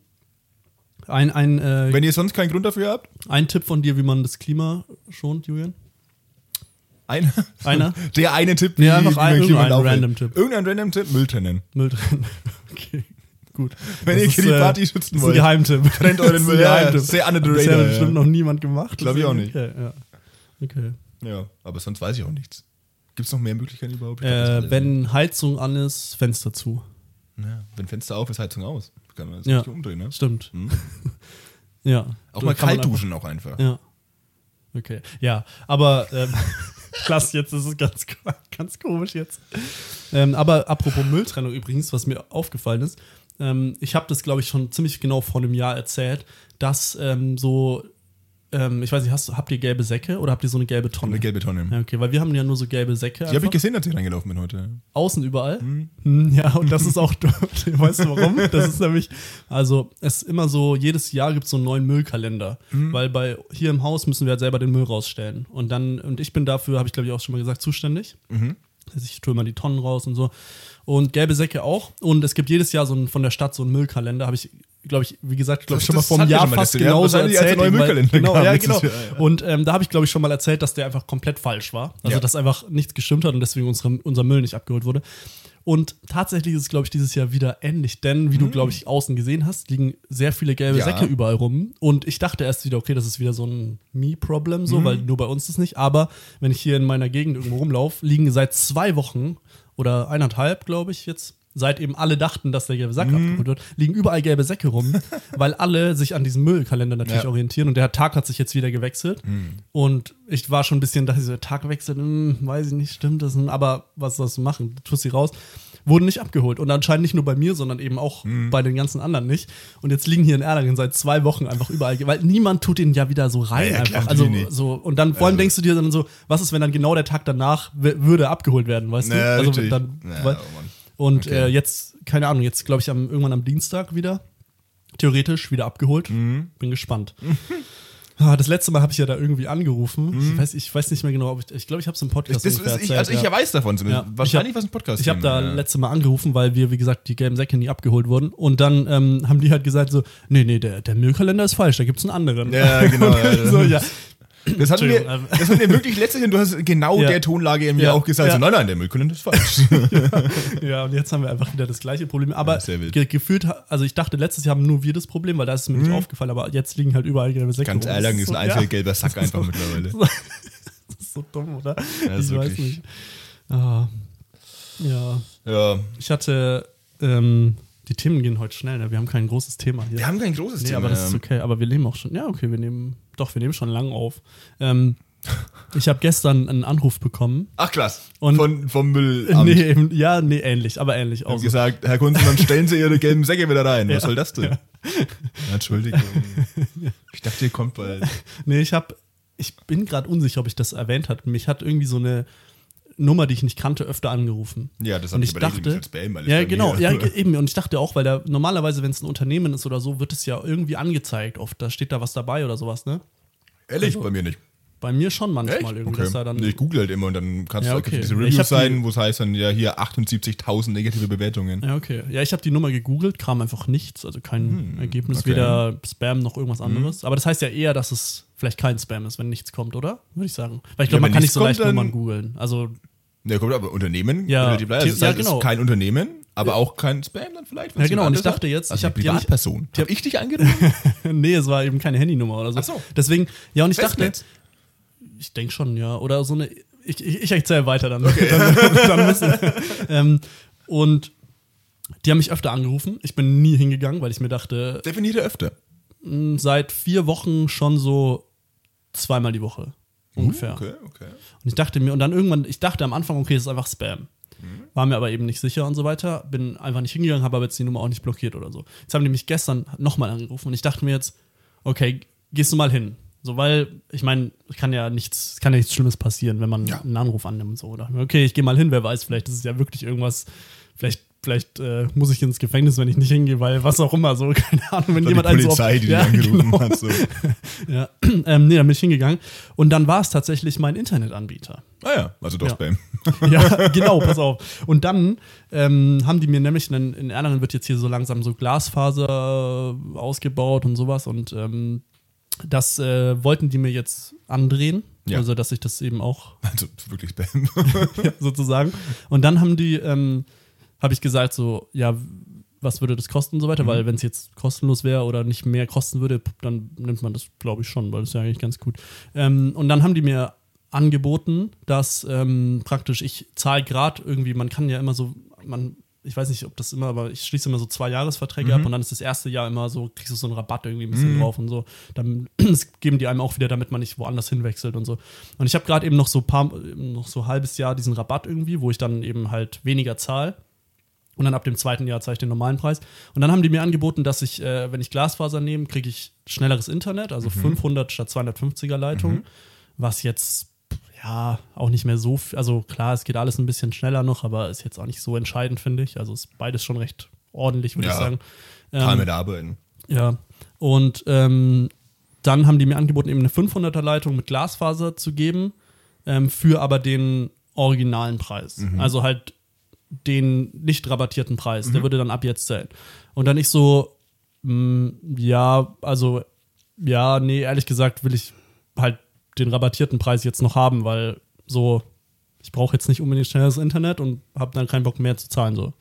Ein, ein, äh, Wenn ihr sonst keinen Grund dafür habt, ein Tipp von dir, wie man das Klima schont, Julian? einer. Einer? Der eine Tipp, Nee, einfach man ein- Klima irgendein aufhält. random Tipp. Irgendein random Tipp, Müll trennen. Müll trennen. Okay, gut. Wenn Das ihr ist, Kiribati äh, schützen Das ist ein wollt. Geheimtipp. Trennt euren Das ist ein Müll. Ja, ja, Geheimtipp. sehr under the Hat bisher radar, bestimmt ja. noch niemand gemacht. Glaub ich auch deswegen- nicht. Okay, ja. Okay. Ja, aber sonst weiß ich auch nichts. Gibt es noch mehr Möglichkeiten überhaupt? Ich glaub, das ist Äh, alles. wenn Heizung an ist, Fenster zu. Ja, wenn Fenster auf ist, Heizung aus. Kann man das Ja. nicht umdrehen, ne? Stimmt. Hm? Ja. Auch Da mal kann man kalt duschen auch einfach. Ja. Okay. Ja, aber ähm, klasse, jetzt ist es ganz, ganz komisch jetzt. Ähm, aber apropos Mülltrennung übrigens, was mir aufgefallen ist, ähm, ich habe das, glaube ich, schon ziemlich genau vor einem Jahr erzählt, dass ähm, so ähm, ich weiß nicht, hast, habt ihr gelbe Säcke oder habt ihr so eine gelbe Tonne? Eine gelbe Tonne. Ja, okay, weil wir haben ja nur so gelbe Säcke. Die habe ich gesehen, als ich reingelaufen bin heute. Außen überall? Mhm. Ja, und das ist auch, weißt du warum? Das ist nämlich, also es ist immer so, jedes Jahr gibt es so einen neuen Müllkalender, mhm. weil bei hier im Haus müssen wir halt selber den Müll rausstellen. Und dann, und ich bin dafür, habe ich glaube ich auch schon mal gesagt, zuständig. Mhm. Also ich tue immer die Tonnen raus und so. Und gelbe Säcke auch. Und es gibt jedes Jahr so einen, von der Stadt so einen Müllkalender, habe ich glaube ich, wie gesagt, glaube ich schon mal vor einem Jahr fast genauso ja, erzählt. Neue weil, genau, ja, genau. Jahr, ja. Und ähm, da habe ich, glaube ich, schon mal erzählt, dass der einfach komplett falsch war. Also, ja. dass einfach nichts gestimmt hat und deswegen unsere, unser Müll nicht abgeholt wurde. Und tatsächlich ist es, glaube ich, dieses Jahr wieder ähnlich, denn, wie mhm. du, glaube ich, außen gesehen hast, liegen sehr viele gelbe ja. Säcke überall rum. Und ich dachte erst wieder, okay, das ist wieder so ein Me-Problem, so, mhm. weil nur bei uns das nicht. Aber wenn ich hier in meiner Gegend irgendwo rumlaufe, liegen seit zwei Wochen oder eineinhalb, glaube ich, jetzt, seit eben alle dachten, dass der gelbe Sack mm. abgeholt wird, liegen überall gelbe Säcke rum, weil alle sich an diesem Müllkalender natürlich ja. orientieren und der Tag hat sich jetzt wieder gewechselt mm. und ich war schon ein bisschen, dass dieser Tag wechselt, hm, weiß ich nicht, stimmt das, aber was sollst du machen, du tust sie raus, wurden nicht abgeholt und anscheinend nicht nur bei mir, sondern eben auch mm. bei den ganzen anderen nicht und jetzt liegen hier in Erlangen seit zwei Wochen einfach überall, weil niemand tut den ja wieder so rein ja, ja, einfach, klar, also nicht. so und dann vor allem also. denkst du dir dann so, was ist, wenn dann genau der Tag danach w- würde abgeholt werden, weißt naja, du? Also richtig. dann, naja, weil, oh Mann. Und okay. äh, jetzt, keine Ahnung, jetzt glaube ich am, irgendwann am Dienstag wieder, theoretisch wieder abgeholt. Mhm. Bin gespannt. Ah, das letzte Mal habe ich ja da irgendwie angerufen. Mhm. Ich, weiß, ich weiß nicht mehr genau, ob ich, ich glaube, ich habe es im Podcast das, das ungefähr ist, ich, erzählt. Also ich ja. weiß davon zumindest. Ja. Wahrscheinlich was ein Podcast. Ich habe da ja. letzte Mal angerufen, weil wir, wie gesagt, die gelben Säcke nie abgeholt wurden. Und dann ähm, haben die halt gesagt so, nee, nee, der, der Müllkalender ist falsch, da gibt es einen anderen. Ja, genau. ja, so, ja. Das hatten, wir, das hatten wir wirklich letztlich und du hast genau ja. der Tonlage eben ja auch gesagt, ja. so, nein, nein, der Müllkalender ist falsch. ja. ja, und jetzt haben wir einfach wieder das gleiche Problem. Aber ja, ge- gefühlt, also ich dachte, letztes Jahr haben nur wir das Problem, weil da ist es mir mhm. nicht aufgefallen, aber jetzt liegen halt überall gelbe Säcke. Ganz Erlangen ist ein einziger ja. gelber Sack einfach so, mittlerweile. Das ist so dumm, oder? Ja, ich weiß nicht. Ah, ja. ja. Ich hatte, ähm, die Themen gehen heute schnell, ne? Wir haben kein großes Thema hier. Wir haben kein großes nee, Thema. aber das ist okay. Aber wir nehmen auch schon, ja okay, wir nehmen, doch, wir nehmen schon lang auf. Ähm, ich habe gestern einen Anruf bekommen. Ach krass, und Von, vom Müllamt. Nee, eben, ja, nee, ähnlich, aber ähnlich auch. Ich habe gesagt, Herr Kunzenmann, stellen Sie Ihre gelben Säcke wieder rein. Was ja, soll das denn? Ja. Ja, Entschuldigung. Ich dachte, ihr kommt bald. Nee, ich habe, ich bin gerade unsicher, ob ich das erwähnt habe. Mich hat irgendwie so eine Nummer, die ich nicht kannte, öfter angerufen. Ja, das habe ich ich dachte, als Spam alles ja, genau, ja, eben. Und ich dachte auch, weil da normalerweise, wenn es ein Unternehmen ist oder so, wird es ja irgendwie angezeigt. Oft, da steht da was dabei oder sowas, ne? Ehrlich? Also, bei mir nicht. Bei mir schon manchmal Echt? irgendwie. Okay. Dass da dann nee, ich google halt immer und dann kannst ja, du okay. diese Reviews sein, wo es heißt dann ja hier achtundsiebzigtausend negative Bewertungen. Ja, okay. Ja, ich habe die Nummer gegoogelt, kam einfach nichts, also kein hm, Ergebnis, okay. weder Spam noch irgendwas anderes. Hm. Aber das heißt ja eher, dass es vielleicht kein Spam ist, wenn nichts kommt, oder? Würde ich sagen. Weil ich glaube, ja, man kann nicht so leicht Nummern googeln. Also ja, kommt aber Unternehmen, ja, relativ leicht. Also, das ja, heißt, genau. ist kein Unternehmen, aber auch kein Spam dann vielleicht. Ja, genau, und ich dachte jetzt, also ich habe die Privatperson. Habe hab ich dich angerufen? Nee, es war eben keine Handynummer oder so. Ach so. Deswegen, ja, und ich Festnetz. dachte, ich denke schon, ja, oder so eine, ich, ich, ich erzähle weiter dann. Okay. dann, dann müssen, ähm, und die haben mich öfter angerufen. Ich bin nie hingegangen, weil ich mir dachte, definiere öfter. Mh, seit vier Wochen schon so zweimal die Woche. Ungefähr. Okay, okay. Und ich dachte mir, und dann irgendwann, ich dachte am Anfang, okay, das ist einfach Spam. Mhm. War mir aber eben nicht sicher und so weiter. Bin einfach nicht hingegangen, habe aber jetzt die Nummer auch nicht blockiert oder so. Jetzt haben die mich gestern nochmal angerufen und ich dachte mir jetzt, okay, gehst du mal hin. So, weil, ich meine, es kann ja nichts, kann ja nichts Schlimmes passieren, wenn man ja. einen Anruf annimmt. So, oder? Okay, ich gehe mal hin, wer weiß, vielleicht ist es ja wirklich irgendwas, vielleicht Vielleicht äh, muss ich ins Gefängnis, wenn ich nicht hingehe, weil was auch immer, so, keine Ahnung, wenn jemand die Polizei, einen so auf, die ja, dich angerufen genau. hat. So. ja. ähm, nee, dann bin ich hingegangen und dann war es tatsächlich mein Internetanbieter. Ah ja, also doch ja. Spam. Ja, genau, pass auf. Und dann ähm, haben die mir nämlich, in, in Erlangen wird jetzt hier so langsam so Glasfaser ausgebaut und sowas und ähm, das äh, wollten die mir jetzt andrehen. Ja. Also, dass ich das eben auch. Also, wirklich Spam. ja, sozusagen. Und dann haben die, ähm, habe ich gesagt, so, ja, was würde das kosten und so weiter, mhm. weil wenn es jetzt kostenlos wäre oder nicht mehr kosten würde, dann nimmt man das, glaube ich, schon, weil das ist ja eigentlich ganz gut. Ähm, und dann haben die mir angeboten, dass ähm, praktisch ich zahle gerade irgendwie, man kann ja immer so, man ich weiß nicht, ob das immer, aber ich schließe immer so zwei Jahresverträge mhm. ab und dann ist das erste Jahr immer so, kriegst du so einen Rabatt irgendwie ein bisschen mhm. drauf und so. Dann das geben die einem auch wieder, damit man nicht woanders hinwechselt und so. Und ich habe gerade eben noch so paar, noch so ein halbes Jahr diesen Rabatt irgendwie, wo ich dann eben halt weniger zahle. Und dann ab dem zweiten Jahr zahle ich den normalen Preis. Und dann haben die mir angeboten, dass ich, äh, wenn ich Glasfaser nehme, kriege ich schnelleres Internet, also mhm. fünfhundert statt zweihundertfünfziger Leitung, mhm. was jetzt ja auch nicht mehr so, f- also klar, es geht alles ein bisschen schneller noch, aber ist jetzt auch nicht so entscheidend, finde ich. Also ist beides schon recht ordentlich, würde ja. ich sagen. Kann Ähm, mit arbeiten. ja, und ähm, dann haben die mir angeboten, eben eine fünfhunderter Leitung mit Glasfaser zu geben, ähm, für aber den originalen Preis. Mhm. Also halt den nicht rabattierten Preis. Mhm. Der würde dann ab jetzt zählen. Und dann ich so, mh, ja, also, ja, nee, ehrlich gesagt will ich halt den rabattierten Preis jetzt noch haben, weil so, ich brauche jetzt nicht unbedingt schnelles Internet und habe dann keinen Bock mehr zu zahlen. So.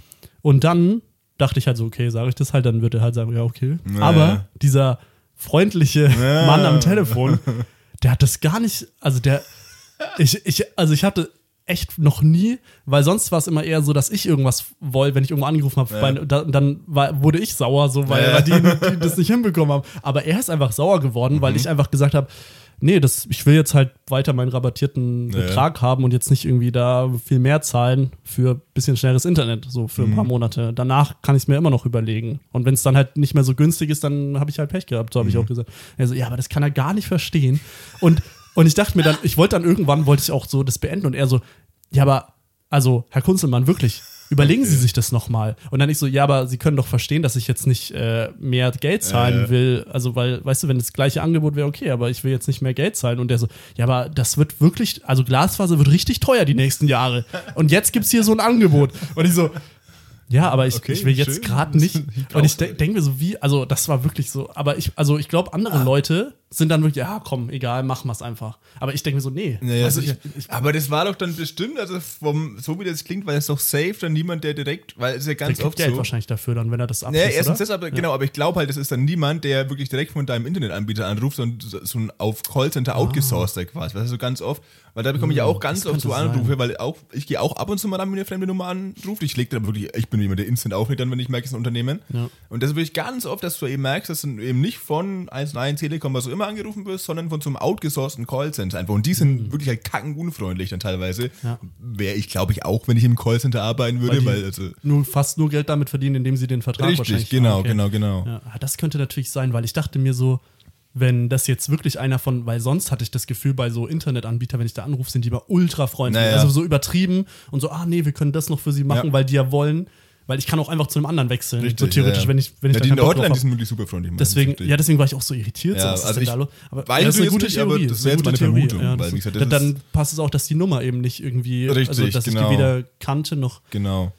Und dann dachte ich halt so, okay, sage ich das halt, dann wird er halt sagen, ja, okay. Nee. Aber dieser freundliche nee. Mann am Telefon, der hat das gar nicht, also der, ich, ich, also ich hatte echt noch nie, weil sonst war es immer eher so, dass ich irgendwas wollte, wenn ich irgendwo angerufen habe, ja. da, dann war, wurde ich sauer, so, weil ja. die, die das nicht hinbekommen haben. Aber er ist einfach sauer geworden, mhm. weil ich einfach gesagt habe, nee, das, ich will jetzt halt weiter meinen rabattierten ja. Betrag haben und jetzt nicht irgendwie da viel mehr zahlen für ein bisschen schnelleres Internet, so für ein mhm. paar Monate. Danach kann ich es mir immer noch überlegen. Und wenn es dann halt nicht mehr so günstig ist, dann habe ich halt Pech gehabt, so habe mhm. ich auch gesagt. Also, ja, aber das kann er gar nicht verstehen. Und Und ich dachte mir dann, ich wollte dann irgendwann, wollte ich auch so das beenden und er so, ja, aber, also, Herr Kunzelmann, wirklich, überlegen okay. Sie sich das nochmal. Und dann ich so, ja, aber Sie können doch verstehen, dass ich jetzt nicht äh, mehr Geld zahlen äh. will. Also, weil, weißt du, wenn das gleiche Angebot wäre, okay, aber ich will jetzt nicht mehr Geld zahlen. Und der so, ja, aber das wird wirklich, also Glasfaser wird richtig teuer die nächsten Jahre. Und jetzt gibt's hier so ein Angebot. Und ich so, ja, aber ich, okay, ich will jetzt gerade nicht. Und ich de- denke mir so, wie, also das war wirklich so, aber ich, also ich glaube, andere ah. Leute sind dann wirklich, ja, komm, egal, machen wir es einfach. Aber ich denke mir so, nee. Naja, also ich, ich, aber das war doch dann bestimmt, also vom, so wie das klingt, weil es doch safe dann niemand, der direkt, weil es ist ja ganz der oft Geld so. wahrscheinlich dafür dann, wenn er das abschließt, naja, erstens oder? das, aber ja. genau, aber ich glaube halt, das ist dann niemand, der wirklich direkt von deinem Internetanbieter anruft, sondern so ein auf Callcenter ah. outgesourced quasi, weißt du, so ganz oft. Weil da bekomme ich ja auch ganz oft so Anrufe, sein. weil auch, ich gehe auch ab und zu mal an, wenn eine fremde Nummer anruft. Ich lege dann wirklich, ich bin jemand, der instant auflegt, dann, wenn ich merke, es ist ein Unternehmen. Ja. Und das ist wirklich ganz oft, dass du eben merkst, dass du eben nicht von eins null eins Telekom, was du immer angerufen wirst, sondern von so einem outgesourcten Callcenter einfach. Und die sind mhm. wirklich halt kackenunfreundlich dann teilweise. Ja. Wäre ich, glaube ich, auch, wenn ich im Callcenter arbeiten würde. Weil, weil also nur fast nur Geld damit verdienen, indem sie den Vertrag richtig, wahrscheinlich genau, okay. genau, genau. Ja, das könnte natürlich sein, weil ich dachte mir so, wenn das jetzt wirklich einer von, weil sonst hatte ich das Gefühl, bei so Internetanbietern, wenn ich da anrufe, sind die immer ultra freundlich. Naja. Also so übertrieben und so, ah nee, wir können das noch für sie machen, ja. weil die ja wollen. Weil ich kann auch einfach zu einem anderen wechseln. Richtig, so theoretisch, ja, ja. wenn ich, wenn ich ja, da die in keinen der Bock drauf Hotline, hab. die sind wirklich super freundlich. Deswegen, ja, deswegen war ich auch so irritiert. Ja, so, also ich, aber weil das ist eine gute nicht, Theorie. Aber das wäre jetzt meine Theorie. Vermutung. Ja, weil, wie gesagt, dann, dann passt es auch, dass die Nummer eben nicht irgendwie, richtig, also dass genau. ich die weder kannte noch. Genau.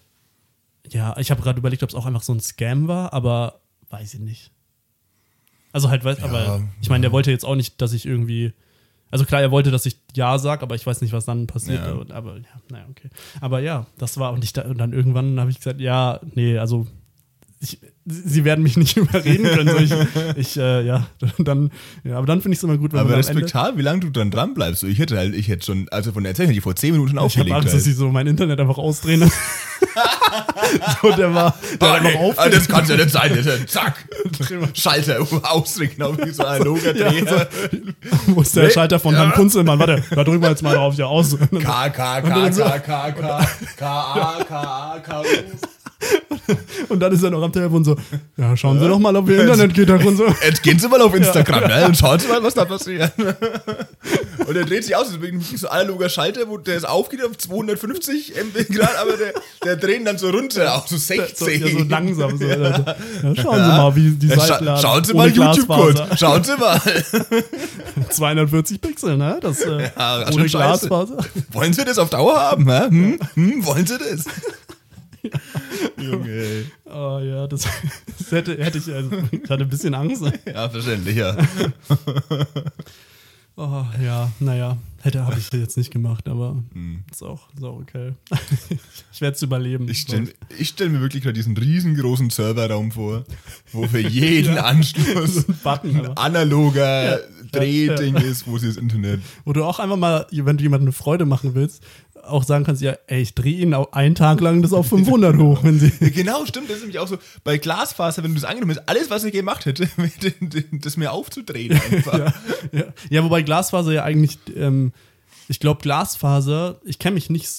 Ja, ich habe gerade überlegt, ob es auch einfach so ein Scam war, aber weiß ich nicht. Also halt, weiß, ja, aber ich meine, der wollte jetzt auch nicht, dass ich irgendwie, also klar, er wollte, dass ich Ja sage, aber ich weiß nicht, was dann passiert. Ja. Aber ja, naja, okay. Aber ja, das war, und, ich da, und dann irgendwann habe ich gesagt, ja, nee, also ich, sie werden mich nicht überreden können. So ich, ich äh, ja, dann, ja, aber dann finde ich es immer gut, wenn aber man respektabel, wie lange du dann dran bleibst. So, ich hätte halt, ich hätte schon, also von der Erzählung, die vor zehn Minuten schon aufgelegt. Ich habe Angst, halt. dass ich so mein Internet einfach ausdrehe. So, der war, der oh, war nee, noch auf. also das kann ja nicht sein, das ist, zack, Schalter ausdrehen, genau wie so ein analoger Dreher. Ja, wo ist der nee, Schalter von ja. Herrn Kunzelmann? Warte, da drücken wir jetzt mal drauf, ja, aus. K, K, K, K, K, K, K, A, K, A, K, U. Und dann ist er noch am Telefon so, ja, schauen ja. Sie doch mal, ob Ihr Internet geht, Herr Kunze. Jetzt gehen Sie mal auf Instagram, ja. ne? Und schauen Sie mal, was da passiert. Und er dreht sich aus, das ist so ein analoger Schalter, wo der ist aufgeht auf zweihundertfünfzig Grad, aber der, der dreht dann so runter auf so sechzehn. So, ja, so langsam. So. Ja, schauen Sie mal, wie die ja, Seiten laden. Schauen Sie mal YouTube kurz. Schauen Sie mal. zweihundertvierzig Pixel, ne? Das, äh, ja, ohne Glasfaser. Wollen Sie das auf Dauer haben, hä? Hm? Hm? Wollen Sie das? Ja. Junge, ey. Oh ja, das, das hätte, hätte ich, also, ich hatte ein bisschen Angst. Ja, verständlich, ja. Oh ja, naja, hätte, habe ich jetzt nicht gemacht, aber hm. ist, auch, ist auch okay. Ich werde es überleben. Ich stelle stell mir wirklich gerade diesen riesengroßen Serverraum vor, wo für jeden ja. Anschluss so ein, Button, ein analoger ja. Drehding ja, ja. ist, wo sie das Internet. Wo du auch einfach mal, wenn du jemandem eine Freude machen willst, auch sagen kannst, ja, ey, ich drehe ihn auch einen Tag lang das auf fünfhundert hoch. Wenn sie genau, stimmt, das ist nämlich auch so, bei Glasfaser, wenn du das angenommen hast, alles, was ich gemacht hätte, das mir aufzudrehen einfach. ja, ja. ja, wobei Glasfaser ja eigentlich, ähm, ich glaube Glasfaser, ich kenne mich nicht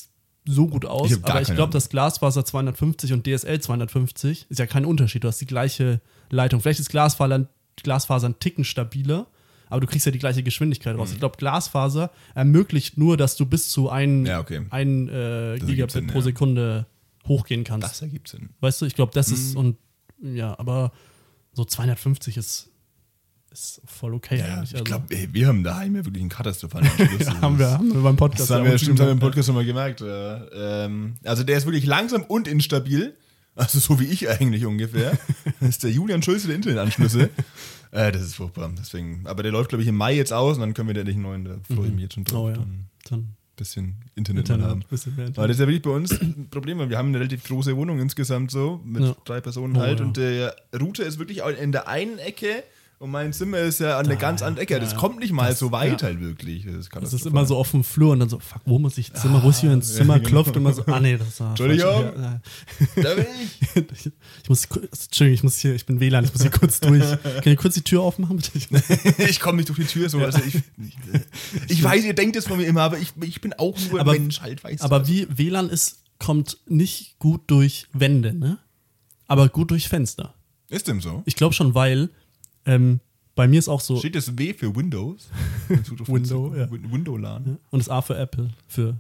so gut aus, Ich hab gar aber ich keine glaube, Ahnung. das Glasfaser zweihundertfünfzig und D S L zweihundertfünfzig ist ja kein Unterschied. Du hast die gleiche Leitung. Vielleicht ist Glasfaser, Glasfaser ein Ticken stabiler, aber du kriegst ja die gleiche Geschwindigkeit raus. Mhm. Ich glaube, Glasfaser ermöglicht nur, dass du bis zu ein, Ja, okay. ein äh, Das Gigabit ergibt Sinn, pro ja. Sekunde hochgehen kannst. Das ergibt Sinn. Weißt du, ich glaube, das Mhm. ist und ja, aber so zweihundertfünfzig ist, ist voll okay Ja, eigentlich. ich Also, glaube, wir haben daheim ja wirklich einen katastrophalen Anschluss. ja, haben wir, haben wir beim Podcast. Das haben ja wir auch stimmt, haben wir im gemerkt. Podcast schon mal gemerkt. Äh, ähm, also der ist wirklich langsam und instabil. Also so wie ich eigentlich ungefähr. Das ist der Julian Schulze der Internetanschlüsse. äh, das ist furchtbar. Deswegen, aber der läuft, glaube ich, im Mai jetzt aus und dann können wir den endlich einen neuen. Da freue ich mich jetzt schon drauf. Oh ja, Dann ein dann bisschen Internet, Internet, mal haben. bisschen mehr Weil Internet. das ist ja wirklich bei uns ein Problem, weil wir haben eine relativ große Wohnung insgesamt so, mit Ja. drei Personen Oh, halt. ja. Und der Router ist wirklich auch in der einen Ecke und mein Zimmer ist ja an der Da, ganz anderen Ecke. ja, Das ja. kommt nicht mal Das- so weit ja. halt wirklich. Das ist, Es ist katastrophal. immer so auf dem Flur und dann so, fuck, wo muss ich ins Zimmer, wo ist hier ins Zimmer, ja, genau. klopft immer so, ah nee, das war Entschuldigung. falsch. Ja, Da bin ich. ja. ich, ich muss, ku- Entschuldigung, ich muss hier, ich bin W L A N, ich muss hier kurz durch. Kann ich kurz die Tür aufmachen, bitte? Ich komme nicht durch die Tür so. Also ich, ich, ich weiß, ihr denkt es von mir immer, aber ich, ich bin auch nur Aber- ein Mensch halt, weißt du. Aber wie W L A N ist, kommt nicht gut durch Wände, ne? Aber gut durch Fenster. Ist dem so? Ich glaube schon, weil ähm, bei mir ist auch so, Steht das W für Windows? Window, ja. Win- Window-LAN. und das A für Apple, für,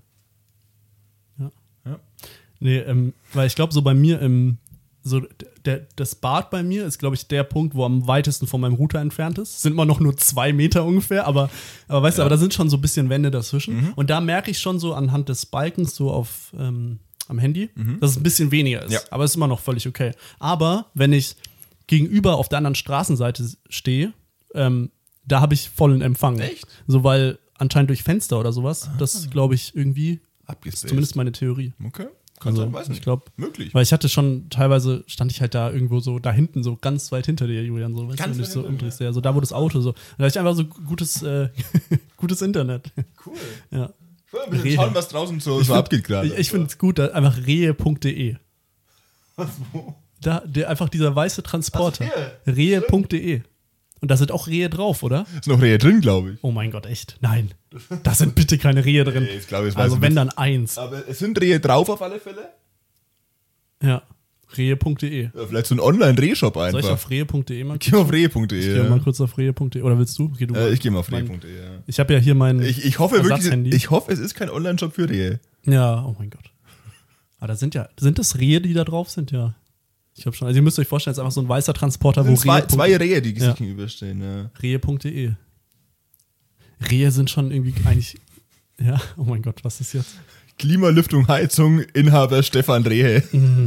ja. Ja. Nee, ähm, weil ich glaube, so bei mir im, so der, das Bad bei mir ist, glaube ich, der Punkt, wo am weitesten von meinem Router entfernt ist. Sind immer noch nur zwei Meter ungefähr, aber, aber weißt du, Ja. aber da sind schon so ein bisschen Wände dazwischen. Mhm. Und da merke ich schon so anhand des Balkens so auf ähm, am Handy, dass es ein bisschen weniger ist. Ja. Aber es ist immer noch völlig okay. Aber wenn ich gegenüber auf der anderen Straßenseite stehe, ähm, da habe ich vollen Empfang. Echt? So, weil anscheinend durch Fenster oder sowas, das glaube ich irgendwie, Abgespaced. zumindest meine Theorie. Okay. Kann Also, sein, weiß nicht. ich glaube, Möglich. weil ich hatte schon, teilweise stand ich halt da irgendwo so da hinten, so ganz weit hinter dir, Julian, so, weißt Ganz du, wenn du weit dich so hinter mir. umdrehst, ja, so da, wo das Auto so. Da hatte ich einfach so gutes, äh, gutes Internet. Cool. Ja. Ich will ein bisschen Rehe. schauen, was draußen so, Ich so find- abgeht gerade. Ich, ich finde es gut, da einfach rehe punkt de. Was, wo? Da, der, einfach dieser weiße Transporter. Ach, rehe punkt de. Und da sind auch Rehe drauf, oder? Ist noch Rehe drin, glaube ich. Oh mein Gott, echt? Nein. Da sind bitte keine Rehe drin. Nee, ich glaube, es weiß Also ich wenn nicht. dann eins. Aber es sind Rehe drauf auf alle Fälle. Ja. rehe punkt de. Ja, vielleicht so ein Online-Rehshop Soll ich einfach. auf rehe punkt de mal Geh mal auf rehe punkt de. Ich gehe mal kurz auf rehe punkt de. Oder willst du? Okay, du Äh, ich gehe mal auf rehe Mein- punkt de. Ja. Ich habe ja hier meinen Ich, ich hoffe wirklich, Ersatzhandy. ich hoffe, es ist kein Online-Shop für Rehe. Ja, oh mein Gott. Aber da sind ja, sind das Rehe, die da drauf sind? Ja. Ich glaube schon. Also ihr müsst euch vorstellen, es ist einfach so ein weißer Transporter, Es wo sind zwei, Rehe. zwei Rehe, die sich Ja. gegenüberstehen. Ja. rehe punkt de. Rehe sind schon irgendwie eigentlich. Ja, oh mein Gott, was ist jetzt? Klimalüftung, Heizung, Inhaber Stefan Rehe.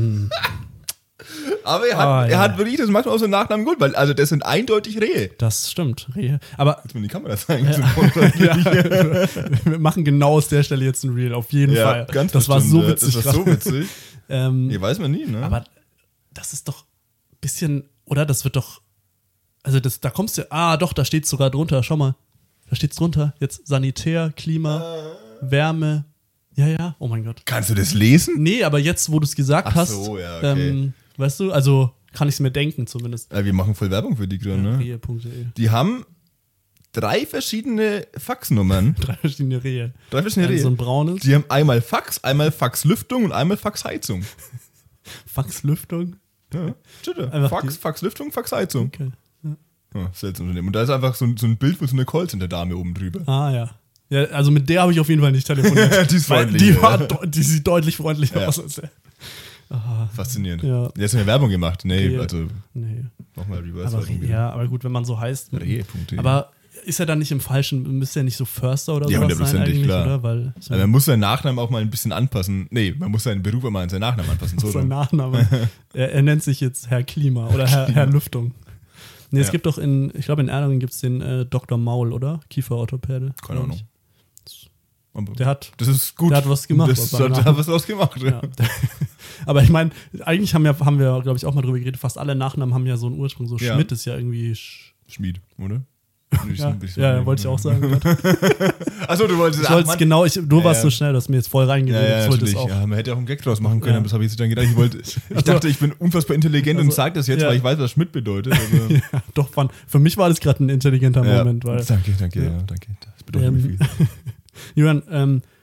Aber er hat, Ah, er ja. hat wirklich das manchmal auch so einen Nachnamen gut, weil also das sind eindeutig Rehe. Das stimmt, Rehe. Aber Jetzt muss die Kamera zeigen. ja, wir machen genau aus der Stelle jetzt ein Reel, auf jeden Ja, Fall. ganz das war bestimmt, so ja. witzig. Das war so gerade. witzig. ähm, Nee, weiß man nie, ne? Aber das ist doch ein bisschen, oder? Das wird doch, also das, da kommst du, ah doch, da steht sogar drunter, schau mal, da steht's drunter, jetzt Sanitär, Klima, Wärme, ja, ja, oh mein Gott. Kannst du das lesen? Nee, aber jetzt, wo du es gesagt Ach hast, so, ja, okay. ähm, weißt du, also kann ich es mir denken zumindest. Ja, wir machen voll Werbung für die gerade, ne? rehe punkt de. Die haben drei verschiedene Faxnummern. Drei verschiedene Rehe. Drei verschiedene Ein Rehe. so ein braunes, Die haben einmal Fax, einmal Faxlüftung und einmal Faxheizung. Faxlüftung. Ja, stimmt. Einfach Fax, die- Faxlüftung, Faxheizung. Okay. Ja, seltsam Unternehmen. Und da ist einfach so ein, so ein Bild von so einer Callcenter-Dame oben drüber. Ah, ja. Ja, also mit der habe ich auf jeden Fall nicht telefoniert. Die ist Weil freundlich, Die, ja. war de- die sieht deutlich freundlicher Ja. aus als der. Faszinierend. Ja. Jetzt haben wir Werbung gemacht. Nee, Okay. also Nee. nochmal Reverse. Aber, ja, aber gut, wenn man so heißt. Rehe punkt de. Aber ist er dann nicht im falschen, müsste er nicht so Förster oder Ja, sowas sein hundertprozentig, eigentlich, klar. oder? Weil so, Also man muss seinen Nachnamen auch mal ein bisschen anpassen. Nee, man muss seinen Beruf auch mal an seinen Nachnamen anpassen. So sein rum. Nachname. er, er nennt sich jetzt Herr Klima oder Herr, Herr Lüftung. Nee, es Ja. gibt doch in, ich glaube in Erlangen gibt es den äh, Doktor Maul, oder? Kieferorthopäde. Keine glaub Ahnung. ich. Aber Der hat das ist gut. der hat was gemacht Das aus hat, seinem hat Namen. was draus gemacht. Ja. Aber ich meine, eigentlich haben, ja, haben wir, glaube ich, auch mal drüber geredet, fast alle Nachnamen haben ja so einen Ursprung. So Ja. Schmidt ist ja irgendwie. Sch Schmied, oder? ja, ja, ja, wollte ich auch sagen. Achso, du wolltest Ich wollte es genau, ich, du Ja, warst ja. so schnell, du hast mir jetzt voll Ja, reingeredet. ja, ich wollte es natürlich. auch. Ja, man hätte auch einen Gag draus machen können, Ja. aber das habe ich jetzt dann gedacht. Ich, wollte, ich Also- dachte, ich bin unfassbar intelligent und Also, sage das jetzt, ja. weil ich weiß, was Schmidt bedeutet. Also, Ja, doch, fand, für mich war das gerade ein intelligenter ja. Moment, weil. Danke, danke, Ja. ja. danke. Das bedeutet mir Ähm, viel. Julian, ähm,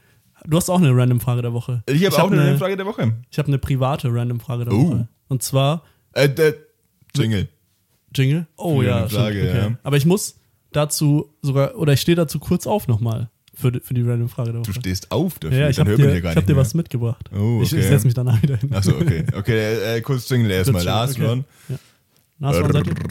Du hast auch eine Random-Frage der Woche. Ich habe auch hab eine Random-Frage der Woche. Ich habe eine private Random-Frage der Oh. Woche. Und zwar... Äh, der Jingle. Jingle? Oh ja, Frage, stimmt. Okay. ja. Aber ich muss dazu sogar, oder ich stehe dazu kurz auf nochmal für, die- für die Random-Frage der Woche. Du stehst auf dafür, ja, ich dann habe hört man dir, dir gar ich nicht hab dir mehr. was mitgebracht. Oh, Ich, okay. ich setze mich danach wieder hin. Achso, okay. Okay, äh, äh, kurz Jingle erstmal. Last okay. one. Ja. Last one, seid ihr?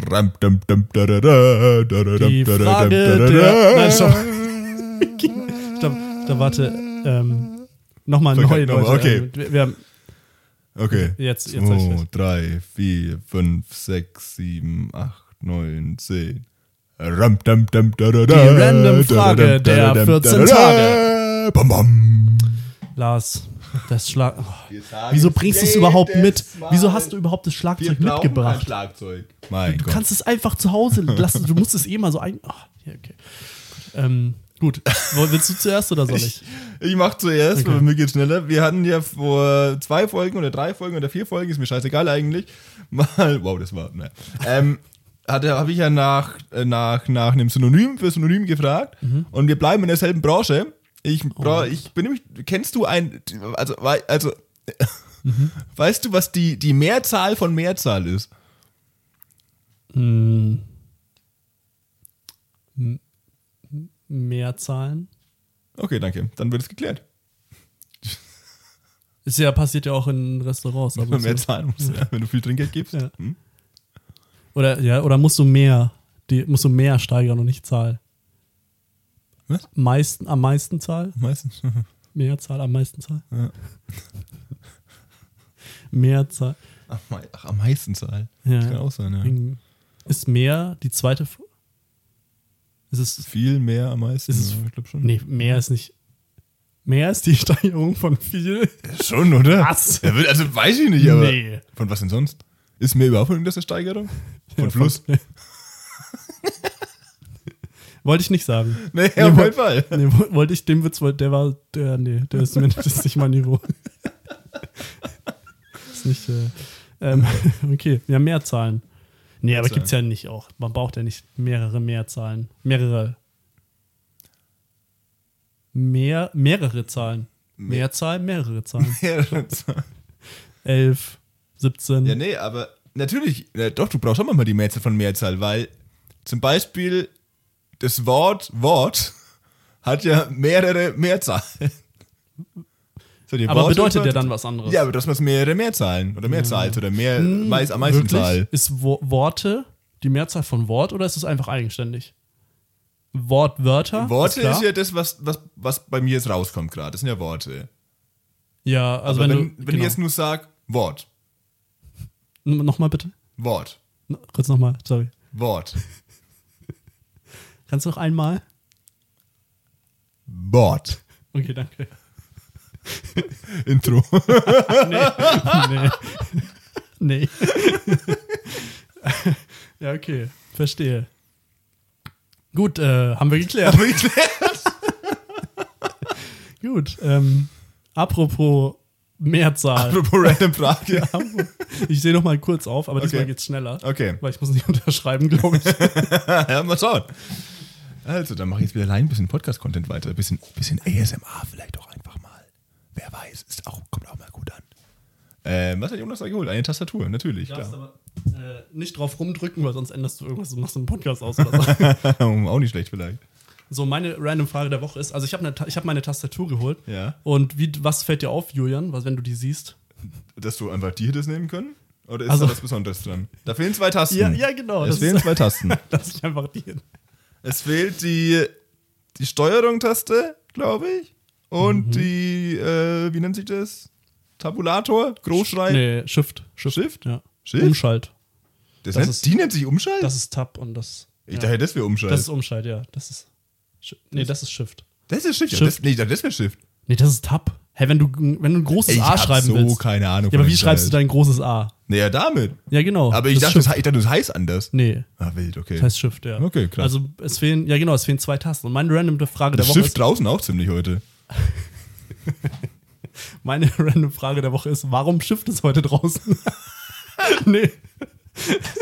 Die Die Frage der... Nein, stopp. stopp. Da warte. Ähm, Nochmal neu, Okay, Leute. nochmal, okay. Ähm, Wir, wir haben, Okay. jetzt, jetzt sag ich zwei, das. drei, vier, fünf, sechs, sieben, acht, neun, zehn. Die random Frage der vierzehn Tage. Bam, bam. Lars, das Schlag... Oh. Wieso bringst du es überhaupt mit? Wieso hast du überhaupt das Schlagzeug mitgebracht? Schlagzeug. Mein Du Gott. kannst es einfach zu Hause lassen. Du musst es eh mal so ein... Oh, ja, okay. Ähm, gut. Willst du zuerst oder soll ich? Ich mach zuerst, Okay. weil mir geht's schneller. Wir hatten ja vor zwei Folgen oder drei Folgen oder vier Folgen, ist mir scheißegal eigentlich, mal, wow, das war, ne. Ähm, habe ich ja nach, äh, nach, nach einem Synonym für Synonym gefragt Mhm. und wir bleiben in derselben Branche. Ich, bra Oh. ich bin nämlich, kennst du ein, also, wei- also Mhm. weißt du, was die, die Mehrzahl von Mehrzahl ist? Hm. M- Mehrzahlen? Okay, danke, dann wird es geklärt. Ist ja, passiert ja auch in Restaurants. ab und zu. Mehr zahlen musst, ja, wenn du viel Trinkgeld gibst. Ja. Hm? Oder, ja, oder musst du mehr, die, musst du mehr steigern und nicht Zahl? Was? Meisten, am meisten Zahl? Meistens. Mehrzahl, am meisten Zahl? Ja. Mehrzahl. Ach, mei- ach, am meisten Zahl. Ja. Das kann auch sein, ja. Ist mehr die zweite? F- Ist es, Viel mehr am meisten. Ist es- ja, ich glaube schon. nee, mehr ist nicht. Mehr ist die Steigerung von viel. Schon, oder? Was? Ja, also weiß ich nicht, aber. Nee. Von was denn sonst? Ist mehr überhaupt von der Steigerung? Von Ja, Fluss? Wollte ich nicht sagen. Nee, Nee, auf wo- jeden Fall. Nee, wo- wollte ich den Witz, wollte- der war, der, nee, der ist mindestens nicht mein Niveau. ist nicht, äh, ähm, okay, ja, Mehrzahlen. Nee, aber Mehrzahlen. gibt's ja nicht auch. Man braucht ja nicht mehrere Mehrzahlen. Mehrere. Mehr, mehrere Zahlen. Mehrzahl, mehrere Zahlen. Elf, siebzehn. Ja, nee, aber natürlich, ja, doch, du brauchst schon mal die Mehrzahl von Mehrzahl, weil zum Beispiel das Wort Wort hat ja mehrere Mehrzahlen. So, die aber Worte bedeutet ja bedeutet- dann was anderes. Ja, aber das muss mehrere Mehrzahlen oder Mehrzahl oder mehr, Hm, meist, am meisten wirklich? Zahl. Ist Wo Worte die Mehrzahl von Wort oder ist es einfach eigenständig? Wortwörter? Worte klar. ist ja das, was, was, was bei mir jetzt rauskommt gerade. Das sind ja Worte. Ja, also Aber wenn, wenn, du. wenn ich jetzt nur sag Wort, N- Nochmal bitte. Wort, N- Kurz nochmal, sorry. Wort, Kannst du noch einmal? Wort. Okay, danke. Intro. Nee. Nee. Ja, okay. Verstehe. Gut, äh, haben wir geklärt. Haben wir geklärt? Gut. Ähm, apropos Mehrzahl. Apropos random Frage. Ich sehe noch mal kurz auf, aber diesmal Okay. geht's schneller. Okay. Weil ich muss nicht unterschreiben, glaube ich. Ja, mal schauen. Also, dann mache ich jetzt wieder allein ein bisschen Podcast-Content weiter. Ein bisschen, bisschen A S M R vielleicht auch einfach mal. Wer weiß, ist auch, kommt auch mal gut an. Ähm, was hat Jonas da geholt? Eine Tastatur, natürlich, Du darfst klar. aber äh, nicht drauf rumdrücken, weil sonst änderst du irgendwas und machst einen Podcast aus oder so. Auch nicht schlecht vielleicht. So, meine random Frage der Woche ist, also ich habe ich hab meine Tastatur geholt. Ja. Und wie, was fällt dir auf, Julian, was, wenn du die siehst? Dass du einfach die das nehmen können? Oder ist Also- da was Besonderes dran? Da fehlen zwei Tasten. Ja, ja, genau. Es das fehlen ist- zwei Tasten. Dass ich einfach die. Es fehlt die, die Steuerung-Taste, glaube ich. Und Mhm. die, äh, wie nennt sich das? Tabulator? Großschreib? Nee, Shift. Shift. Shift? Ja. Shift? Umschalt. Das das nennt, ist- die nennt sich Umschalt? Das ist Tab und das. ich ja. dachte, das wäre Umschalt. Das ist Umschalt, ja. Das ist. Shi- Nee, das ist Shift. Das ist Shift. Ja, Shift. das, nee, ich dachte, das wäre Shift. Nee, das ist Tab. Hä, wenn du, wenn du ein großes Ich A hab schreiben so willst. keine Ahnung. Ja, aber von wie dem schreibst du Scheiß. dein großes A? Naja, damit. Ja, genau. Aber ich das dachte, ist das, Shift. ich dachte, das heißt anders. Nee, Ah, wild, okay. das heißt Shift, ja. Okay, krass. Also es fehlen, ja genau, es fehlen zwei Tasten. Und meine random Frage der das Woche Shift ist, draußen auch ziemlich heute. meine random Frage der Woche ist, warum Shift ist heute draußen? Nee.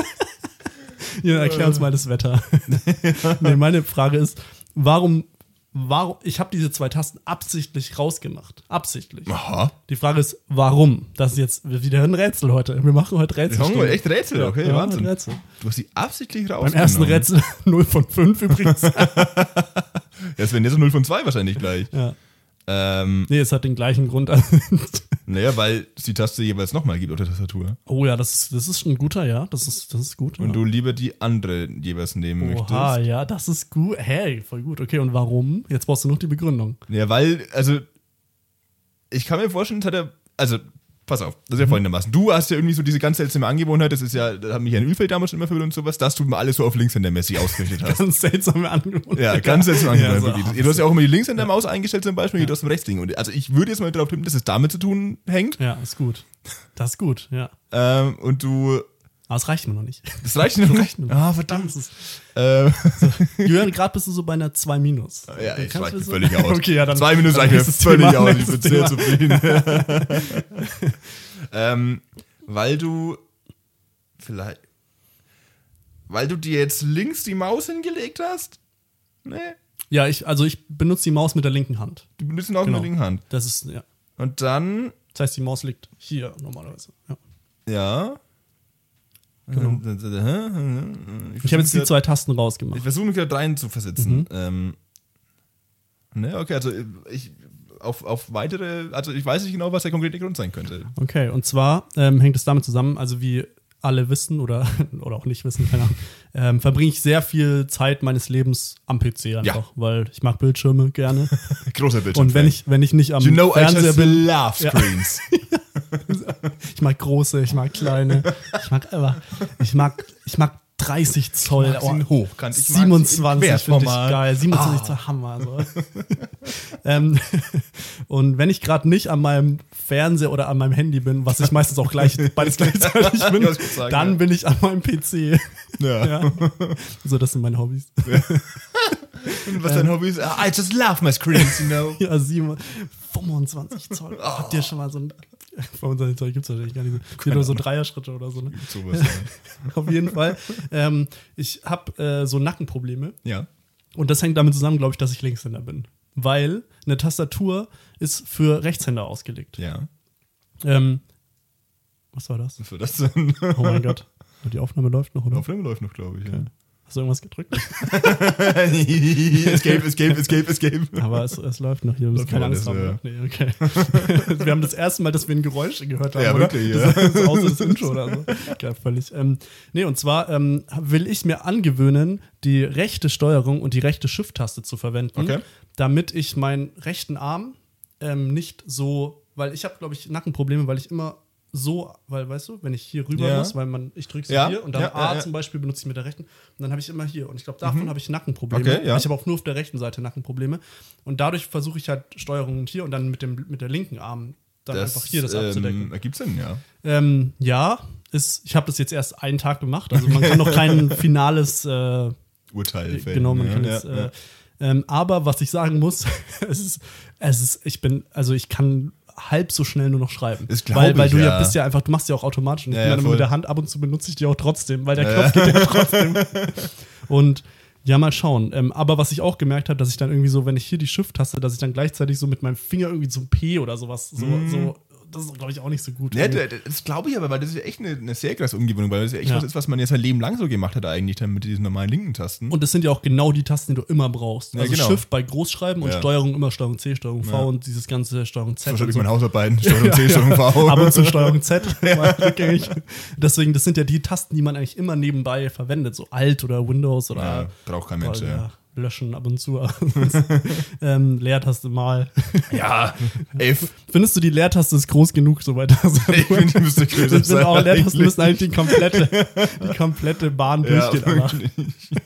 Ja, erklär uns mal das Wetter. Nee, meine Frage ist, warum, warum, ich habe diese zwei Tasten absichtlich rausgemacht. Absichtlich. Aha. Die Frage ist, warum? Das ist jetzt wieder ein Rätsel heute. Wir machen heute Rätsel. Wir machen heute echt Rätsel, okay, ja, Wahnsinn. Rätsel. Du hast die absichtlich rausgenommen. Beim ersten Rätsel null von fünf übrigens. Das wären jetzt so null von zwei wahrscheinlich gleich. Ja. Ähm, nee, es hat den gleichen Grund. naja, weil es die Taste jeweils nochmal gibt auf der Tastatur. Oh ja, das ist, das ist ein guter, ja. Das ist, das ist gut. Und ja. du lieber die andere jeweils nehmen möchtest. Oha, ja, das ist gut. Hey, voll gut. Okay, und warum? Jetzt brauchst du noch die Begründung. Ja, weil, also, ich kann mir vorstellen, es hat er, also, pass auf, das ist ja folgendermaßen. Du hast ja irgendwie so diese ganz seltsame Angewohnheit, das ist ja, da hat mich ja in Ölfeld damals schon immer verwirrt und sowas, dass du mal alles so auf Linkshänder-mäßig ausgerichtet hast. Ganz seltsame Angewohnheit. Ja, ganz seltsame Angewohnheit. Ja, so, wirklich. Du hast ja auch immer die Linkshänder-Maus eingestellt zum Beispiel, ja. Du hast dem Rechtsding. Und also ich würde jetzt mal darauf tippen, dass es damit zu tun hängt. Ja, ist gut. Das ist gut, ja. Ähm, und du... Aber es reicht mir noch nicht. Das reicht mir noch nicht? Ah, verdammt. Ähm. So, Jürgen, gerade bist du so bei einer zwei minus. Ja, ich reicht mir so? völlig aus. Okay, ja, dann, zwei Minus reicht mir völlig Thema, aus. Ich bin sehr zufrieden. ähm, weil du vielleicht... Weil du dir jetzt links die Maus hingelegt hast? Nee. Ja, ich, also ich benutze die Maus mit der linken Hand. Du benutzt die Maus Genau. mit der linken Hand. Das ist, ja. Und dann... Das heißt, die Maus liegt hier normalerweise. Ja. Ja. Genau. Ich, Ich habe jetzt die grad, zwei Tasten rausgemacht. Ich versuche mich gerade rein zu versetzen. Mhm. Ähm, ne, okay, also ich auf, auf weitere, also ich weiß nicht genau, was der konkrete Grund sein könnte. Okay, und zwar ähm, hängt es damit zusammen, also wie alle wissen oder, oder auch nicht wissen, keine Ahnung, ähm, verbringe ich sehr viel Zeit meines Lebens am P C einfach, Ja. weil ich mag Bildschirme gerne. Großer Bildschirm. Und wenn ich, wenn ich nicht am you know, Fernseher I bin, love screens. ich mag große, ich mag kleine, ich mag aber, ich mag, ich mag dreißig Zoll, Ich mag sie in hochkant, ich mag sie in siebenundzwanzig finde ich Querformat. geil, siebenundzwanzig Ah. Zoll Hammer. So. ähm, und wenn ich gerade nicht an meinem Fernseher oder an meinem Handy bin, was ich meistens auch gleich beides gleichzeitig bin, Ich wollte gerade sagen, dann ja. bin ich an meinem P C. Ja. Ja. So, das sind meine Hobbys. Und was dein Hobby ist? I just love my screens, you know. Ja, sieben, fünfundzwanzig Zoll. Habt ihr schon mal so ein fünfundzwanzig Zoll gibt es wahrscheinlich gar nicht. Es sind nur so Dreierschritte oder so. Ne? Sowas, ja. Auf jeden Fall. Ähm, ich habe äh, so Nackenprobleme. Ja. Und das hängt damit zusammen, glaube ich, dass ich Linkshänder bin. Weil eine Tastatur ist für Rechtshänder ausgelegt. Ja. Ähm, was war das? Was war das denn? Oh mein Gott. Die Aufnahme läuft noch, Die oder? Aufnahme läuft noch, glaube ich. Okay. Hast du irgendwas gedrückt? escape, escape, escape, escape. Aber es, es läuft noch hier. Wir müssen Läuft keine noch Angst alles, haben. Nee, okay. Wir haben das erste Mal, dass wir ein Geräusch gehört haben. Ja, oder? wirklich, ja. Das ist außer das Intro oder so. Geil, völlig. Ähm, nee, und zwar ähm, will ich mir angewöhnen, die rechte Steuerung und die rechte Shift-Taste zu verwenden, Okay. damit ich meinen rechten Arm ähm, nicht so, weil ich habe, glaube ich, Nackenprobleme, weil ich immer so, weil, weißt du, wenn ich hier rüber Ja. muss, weil man, ich drücke sie Ja, hier und dann ja, A ja, ja. zum Beispiel benutze ich mit der rechten und dann habe ich immer hier und ich glaube, davon habe ich Nackenprobleme. Okay, ja. Ich habe auch nur auf der rechten Seite Nackenprobleme und dadurch versuche ich halt Steuerungen hier und dann mit dem mit der linken Arm dann einfach hier das abzudecken. Ähm, ergibt Sinn, ja. Ähm, ja, ist, ich habe das jetzt erst einen Tag gemacht, also man kann noch kein finales äh, Urteil fällen. genau, man ja, kann ja, jetzt, ja. äh, ähm, aber was ich sagen muss, es ist, es ist, ich bin, also ich kann halb so schnell nur noch schreiben. Das glaub weil, weil ich, du ja. ja. bist ja einfach, du machst ja auch automatisch. Und Ja, ich meine, ja, voll. mit der Hand ab und zu benutze ich die auch trotzdem, weil der Knopf geht ja trotzdem. Und ja, mal schauen. Ähm, aber was ich auch gemerkt habe, dass ich dann irgendwie so, wenn ich hier die Shift-Taste, dass ich dann gleichzeitig so mit meinem Finger irgendwie so ein P oder sowas, so, Mhm. so das ist, glaube ich, auch nicht so gut. Ja, das das glaube ich aber, weil das ist ja echt eine, eine sehr krasse Umgewöhnung, weil das ja echt Ja. was ist, was man ja sein Leben lang so gemacht hat eigentlich dann mit diesen normalen linken Tasten. Und das sind ja auch genau die Tasten, die du immer brauchst. Ja, Also genau. Shift bei Großschreiben und Ja. Steuerung immer Steuerung C, Steuerung V Ja. und dieses ganze Steuerung Z. Wahrscheinlich und meine so. Hausarbeiten, Steuerung C, Steuerung V. Ab und zu Steuerung Z. mal rückgängig. Deswegen, das sind ja die Tasten, die man eigentlich immer nebenbei verwendet. So Alt oder Windows oder Ja, braucht kein Mensch, ja. löschen ab und zu. ähm, Leertaste mal. Ja, F. Findest du, die Leertaste ist groß genug, so weit? Also, Ich finde, die müsste größer ich finde auch, sein Leertasten eigentlich. müssen eigentlich die komplette, die komplette Bahn Ja, durchgehen. Aber wirklich.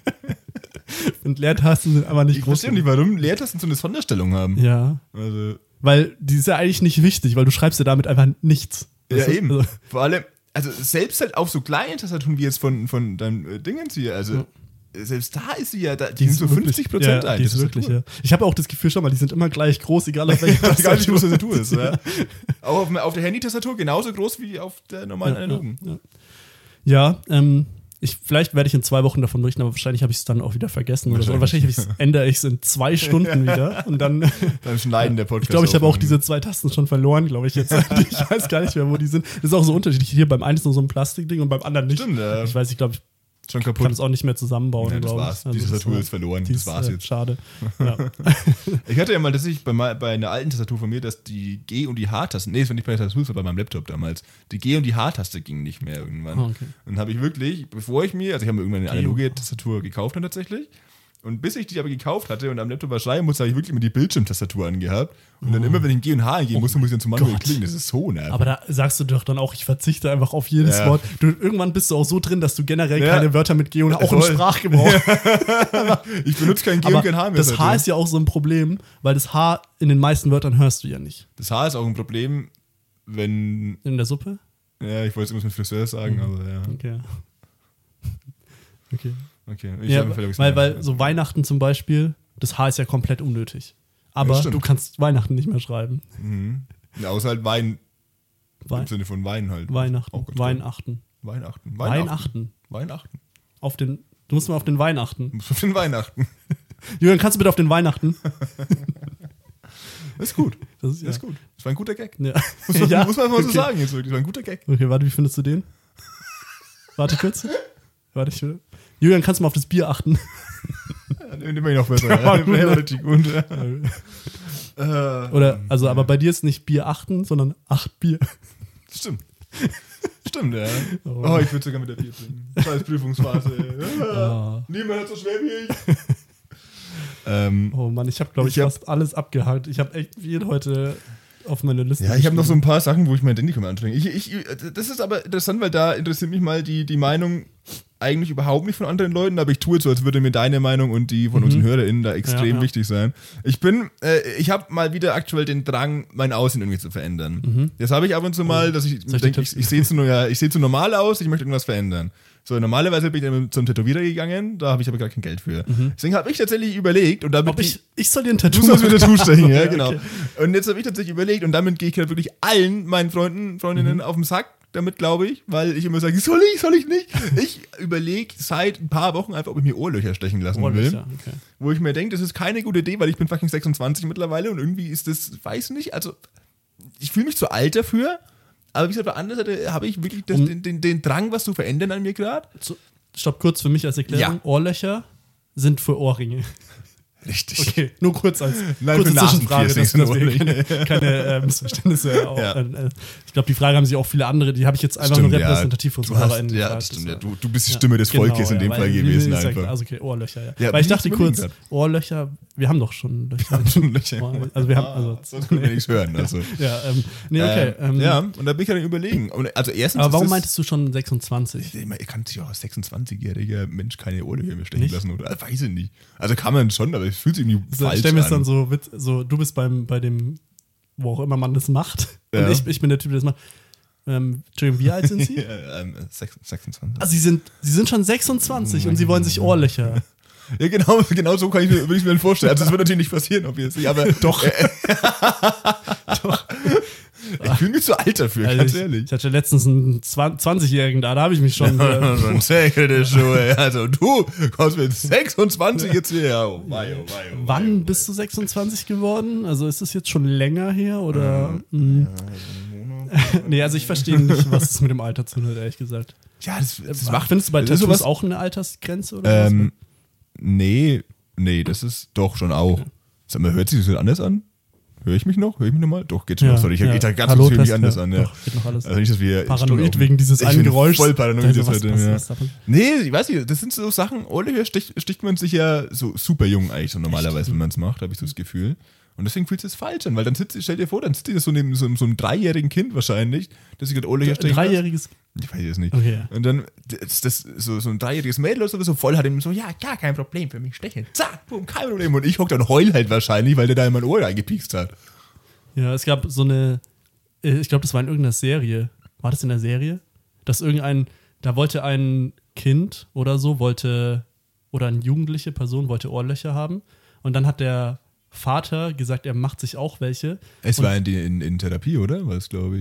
und Leertasten sind aber nicht Ich groß verstehe nicht, warum Leertasten so eine Sonderstellung haben. Ja. Also, Weil die ist ja eigentlich nicht wichtig, weil du schreibst ja damit einfach nichts. ja, Weißt du? eben. Also, Vor allem, also selbst halt auf so kleinen Tastaturen wie jetzt von, von deinem äh, Dingens hier, also Ja. selbst da ist sie ja, da, die, sind so fünfzig Prozent ja, alt. die ist wirklich, ja. Ich habe auch das Gefühl schon mal, die sind immer gleich groß, egal auf welcher Egal wie groß die Tastatur. Tastatur ist. Ja. Auch auf, auf der Handy-Tastatur genauso groß wie auf der normalen Ja, analogen. ja, ja. Ja, ähm, Ich, vielleicht werde ich in zwei Wochen davon berichten, aber wahrscheinlich habe ich es dann auch wieder vergessen oder so. Und wahrscheinlich ändere ich es in zwei Stunden wieder. Und dann, dann schneiden der Podcast. Ich glaube, ich habe auch diese zwei Tasten schon verloren, glaube ich jetzt. Ich weiß gar nicht mehr, wo die sind. Das ist auch so unterschiedlich. Hier beim einen ist nur so ein Plastikding und beim anderen nicht. Stimmt, ja. Ich weiß, ich glaube, ich schon kaputt. kann es auch nicht mehr zusammenbauen. Ja, das war's. Also diese Tastatur ist verloren. Dies, das war's äh, jetzt. Schade. Ja. Ich hatte ja mal, dass ich bei, bei einer alten Tastatur von mir, dass die G- und die H-Tasten, nee, das war nicht bei der Tastatur, das war bei meinem Laptop damals, die G- und die H-Taste gingen nicht mehr irgendwann. Oh, okay. Und habe ich wirklich, bevor ich mir, also ich habe mir irgendwann eine analoge Tastatur gekauft dann tatsächlich. Und bis ich die aber gekauft hatte und am Laptop was schreiben musste, habe ich wirklich immer die Bildschirmtastatur angehabt. Und dann Oh. immer, wenn ich G und H eingehen musste, muss ich dann zum Manuell Gott. klicken. Das ist so nervig. Aber da sagst du doch dann auch, ich verzichte einfach auf jedes Ja. Wort. Du, irgendwann bist du auch so drin, dass du generell Ja. keine Wörter mit G und H, auch im Voll. Sprachgebrauch. Ich benutze kein G Aber und kein H mehr. das H seitdem. ist ja auch so ein Problem, weil das H in den meisten Wörtern hörst du ja nicht. Das H ist auch ein Problem, wenn, In der Suppe? ja, ich wollte es immer mit Friseur sagen, Mhm. aber ja. Okay. Okay. Okay. Ich Ja, hab mir vielleicht weil, was weil gemerkt. so Weihnachten zum Beispiel, das H ist ja komplett unnötig. Aber Ja, stimmt. du kannst Weihnachten nicht mehr schreiben. Mhm. Ja, außer halt Wein, Wei im Sinne von Wein halt. Weihnachten. Auch ganz Weihnachten. toll. Weihnachten. Weihnachten. Weihnachten. Auf den, du musst mal auf den Weihnachten. Du musst auf den Weihnachten. Julian, kannst du bitte auf den Weihnachten? Das ist gut. Das ist, ja. Das ist gut. Das war ein guter Gag. Ja. Muss man, Ja, muss man mal so okay. sagen jetzt wirklich. Das war ein guter Gag. Okay, warte, wie findest du den? Warte kurz. Warte, ich will. Julian, kannst du mal auf das Bier achten? Ja, den den ich noch besser. Ja, Ja, gut. der war richtig gut. Äh, Oder, also, aber bei dir ist nicht Bier achten, sondern acht Bier. Stimmt. Stimmt, ja. Oh. Oh, ich würde sogar mit der Bier trinken. Scheiß Prüfungsphase. ey. Ah. Niemand hat so schwer wie ich. ähm, Oh Mann, ich habe, glaube ich, Ich hab- fast alles abgehakt. Ich habe echt viel heute auf meine Liste. Ja, ich habe noch so geschrieben. ein paar Sachen, wo ich mein Handy anstrengen. Ich, ich, das ist aber interessant, weil da interessiert mich mal die, die Meinung eigentlich überhaupt nicht von anderen Leuten, aber ich tue es so, als würde mir deine Meinung und die von Mhm. unseren HörerInnen da extrem Ja, ja. wichtig sein. Ich bin, äh, ich habe mal wieder aktuell den Drang, mein Aussehen irgendwie zu verändern. Mhm. Das habe ich ab und zu mal, dass ich Soll ich denke, dir ich, Tipps ich sehe zu, nur- ja, ich sehe zu normal aus, ich möchte irgendwas verändern. So, normalerweise bin ich dann zum Tätowierer gegangen, da habe ich aber gar kein Geld für. Deswegen habe ich tatsächlich überlegt und damit Mhm. Ob ich, ich soll dir ein Tattoo Du sollst mir Tattoo stechen, ja, Ja, genau. okay. Und jetzt habe ich tatsächlich überlegt und damit gehe ich halt wirklich allen meinen Freunden, Freundinnen Mhm. auf den Sack damit, glaube ich, weil ich immer sage, soll ich, soll ich nicht? Ich überlege seit ein paar Wochen einfach, ob ich mir Ohrlöcher stechen lassen will. Ohrlöcher, okay. Wo ich mir denke, das ist keine gute Idee, weil ich bin fucking sechsundzwanzig mittlerweile und irgendwie ist das, weiß nicht, also ich fühle mich zu alt dafür, aber wie gesagt, auf der anderen Seite habe ich wirklich das, Um- den, den, den Drang, was zu verändern an mir gerade. So, stopp kurz für mich als Erklärung. Ja. Ohrlöcher sind für Ohrringe. Richtig. Okay, nur kurz als Nein, kurze für Zwischenfrage, dass, Nasenpiercings dass wir sind keine, keine äh, Missverständnisse auch. Ja. Äh, äh, ich glaube, die Frage haben sich auch viele andere, die habe ich jetzt einfach Stimmt, nur ja. repräsentativ für Du unsere hast- HörerInnen ja, gefragt. stimmt, Das ja. war- Du- du bist die Stimme des Volkes in dem ja, Fall weil- gewesen ist ja- einfach. Also okay, Ohrlöcher, ja. Ja, weil ich muss dachte ich kurz, überlegen Ohrlöcher, wir haben doch schon Löcher. Ohrlöcher. Also wir haben, Ah, also, sonst können wir nichts hören. Also. ja, ähm, nee, okay. Ähm, Ähm, ja, und da bin ich ja dann überlegen. Und also erstens aber warum ist meintest du schon sechsundzwanzig? das, man kann sich auch als sechsundzwanzigjähriger Mensch keine Ohrlöcher mehr stechen Nicht? lassen, oder? Also, weiß ich nicht. Also kann man schon, aber es fühlt sich irgendwie So, falsch ich stell mir an. es dann so, witz- so, du bist beim, bei dem, wo auch immer man das macht. Ja. Und ich, ich bin der Typ, der das macht. Ähm, Entschuldigung, wie alt sind Sie? ja, ähm, sechs- sechsundzwanzig. Also sie sind, sie sind schon sechsundzwanzig und sie wollen sich Ohrlöcher. Ja, genau, genau so kann ich mir, würde ich mir dann vorstellen. Also das wird natürlich nicht passieren, obviously, aber Doch. Äh, Doch. Ich fühle mich zu alt dafür, Also ganz ich, ehrlich. ich hatte letztens einen zwanzigjährigen da, da habe ich mich schon. Äh, Schon sägelte Schuhe. Also du kommst mit sechsundzwanzig jetzt hier. Oh, mei, oh, mei, oh, wann mei, bist du sechsundzwanzig geworden? Also ist es jetzt schon länger her oder? mh? Nee, also ich verstehe nicht, was es mit dem Alter zu tut, ehrlich gesagt. Ja, das, das Ach, macht. Findest du bei das ist Tattoos sowas- auch eine Altersgrenze oder Ähm, nee, nee, das ist doch schon auch. Sag mal, hört sich das so anders an? Höre ich mich noch? Höre ich mich nochmal? Doch, geht schon. Ja, Sorry, ich ja. ich dachte ganz Hallo, kurz, höre mich Test, anders ja. an. Ja. Doch, geht noch alles. Also nicht, dass wir Paranoid Stimmt, wegen dieses ich einen bin Geräuschs. voll paranoid Also, jetzt was- heute. was- Ja. was da passiert? Nee, ich weiß nicht, das sind so Sachen, Ohrlöcher sticht, sticht man sich ja so super jung eigentlich so normalerweise, wenn man es macht, habe ich so das Gefühl. Und deswegen fühlt es sich falsch an, weil dann sitzt, stell dir vor, dann sitzt ihr so neben so, so einem dreijährigen Kind wahrscheinlich, das sich gerade Ohrlöcher stechen lässt. Dreijähriges. Ich weiß es nicht. Okay. Und dann das, das, so, so ein dreijähriges Mädel oder so voll hat ihm so, ja, gar kein Problem für mich stechen. Zack, boom, kein Problem. Und ich hock dann heul halt wahrscheinlich, weil der da in mein Ohr reingepiekst hat. Ja, es gab so eine, äh, ich glaube, das war in irgendeiner Serie. War das in der Serie? Dass irgendein, da wollte ein Kind oder so, wollte, oder eine jugendliche Person wollte Ohrlöcher haben. Und dann hat der Vater gesagt, er macht sich auch welche. Es Und- war in, die- in, in Therapie, oder? War es, glaube ich.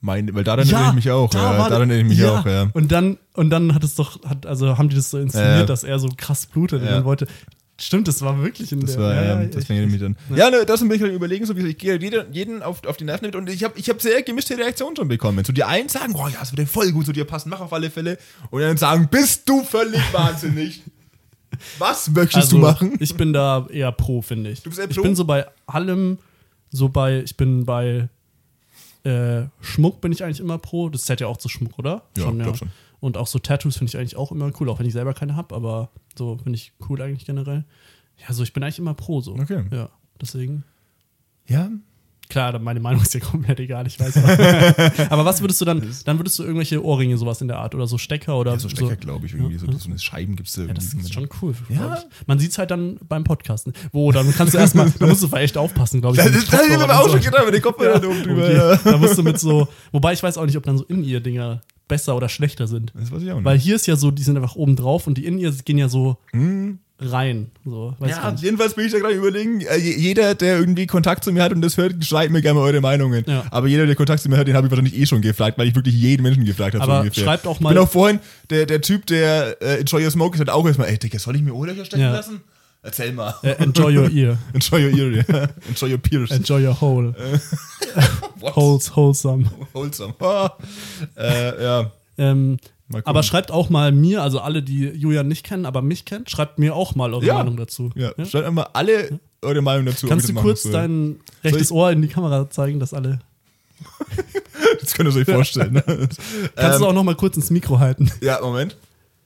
Mein, weil daran ja, erinnere ich mich auch. Da ja, daran erinnere ich mich ja. auch, ja. Und dann, und dann hat es doch, hat, also haben die das so inszeniert, äh, dass er so krass blutet ja. und dann wollte. Stimmt, das war wirklich in das der. War, ja, ja, das ich, fängt mich dann. Ja, ne, das bin ich halt überlegen, so wie ich gehe jeden, jeden auf, auf die Nerven mit und ich habe ich hab sehr gemischte Reaktionen schon bekommen. So die einen sagen, oh ja, es würde voll gut zu dir passen, mach auf alle Fälle. Und dann sagen, bist du völlig wahnsinnig. Was möchtest also, du machen? Ich bin da eher pro, finde ich. Du bist eher pro? Ich bin so bei allem, so bei, ich bin bei äh, Schmuck bin ich eigentlich immer pro. Das zählt ja auch zu Schmuck, oder? Ja, schon, glaub ja. schon. Und auch so Tattoos finde ich eigentlich auch immer cool, auch wenn ich selber keine habe, aber so finde ich cool eigentlich generell. Ja, so ich bin eigentlich immer pro so. Okay. Ja, deswegen. Ja. Klar, meine Meinung ist ja komplett egal, ich weiß. Aber, aber was würdest du dann, dann würdest du irgendwelche Ohrringe, sowas in der Art oder so Stecker oder ja, so Stecker, so, glaube ich, irgendwie. Ja. So, so eine Scheiben gibt es da ja, irgendwie. das ist schon cool. Ja. Man sieht es halt dann beim Podcasten. Wo, dann kannst du erstmal, da musst du echt aufpassen, glaube ich. Das, das, das habe ich mir auch schon gedacht, mit den Kopfhörern ja, oben drüber. Okay. Ja. Da musst du mit so, wobei ich weiß auch nicht, ob dann so In-Ear-Dinger besser oder schlechter sind. Das weiß ich auch nicht. Weil hier ist ja so, die sind einfach oben drauf und die In-Ears gehen ja so hm. rein. So, weiß ja, jedenfalls bin ich da gerade überlegen, jeder, der irgendwie Kontakt zu mir hat und das hört, schreibt mir gerne mal eure Meinungen. Ja. Aber jeder, der Kontakt zu mir hat, den habe ich wahrscheinlich eh schon gefragt, weil ich wirklich jeden Menschen gefragt habe. Aber so schreibt auch mal. Ich bin auch vorhin, der, der Typ, der äh, Enjoy Your Smoke, hat auch erstmal, ey Digga, soll ich mir Ohrlöcher stecken ja. lassen? Erzähl mal. Uh, enjoy your ear. Enjoy your ear, ja. Enjoy your peers. Enjoy your hole. Holes, wholesome. Wholesome. Oh. äh, ja. Ähm, aber schreibt auch mal mir, also alle, die Julian nicht kennen, aber mich kennen, schreibt mir auch mal eure ja. Meinung dazu. Ja, ja? Schreibt einmal alle ja. eure Meinung dazu. Kannst du kurz dein rechtes Ohr in die Kamera zeigen, dass alle... Das könnt ihr euch vorstellen. Ne? Kannst ähm, du auch noch mal kurz ins Mikro halten? Ja, Moment.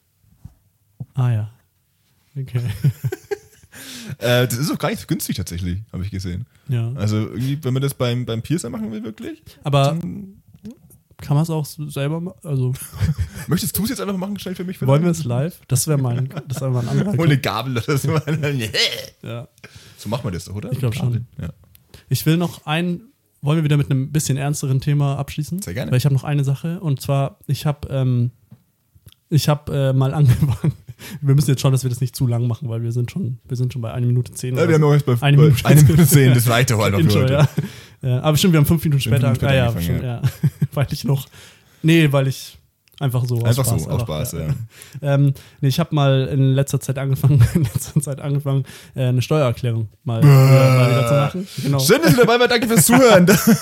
Ah ja. Okay. äh, das ist auch gar nicht so günstig tatsächlich, habe ich gesehen. Ja. Also irgendwie, wenn man das beim, beim Piercer machen will, wirklich. Aber... Dann, kann man es auch selber machen? Also möchtest du es jetzt einfach machen, schnell für mich? Wollen wir es live? Das wäre mein, das wäre mal ein anderer. Hol eine Gabel oder so. Ja. So machen wir das doch, oder? Ich glaube schon. Ja. Ich will noch ein, wollen wir wieder mit einem bisschen ernsteren Thema abschließen? Sehr gerne. Weil ich habe noch eine Sache und zwar, ich habe ähm, ich habe äh, mal angefangen. Wir müssen jetzt schauen, dass wir das nicht zu lang machen, weil wir sind schon, wir sind schon bei einer Minute zehn. Ja, wir haben noch jetzt bei eine Minute, eine Minute zehn, das reicht doch einfach für heute. Ja. Ja, aber stimmt, wir haben fünf Minuten später, fünf Minuten später ah, ja, schon, ja. ja. Weil ich noch, nee, weil ich einfach so Einfach aus Spaß, so, aus Spaß, ja. ja. ähm, nee, ich habe mal in letzter Zeit angefangen, in letzter Zeit angefangen, äh, eine Steuererklärung mal, äh, mal wieder zu machen. Genau. Schön, dass ihr dabei wart, danke fürs Zuhören.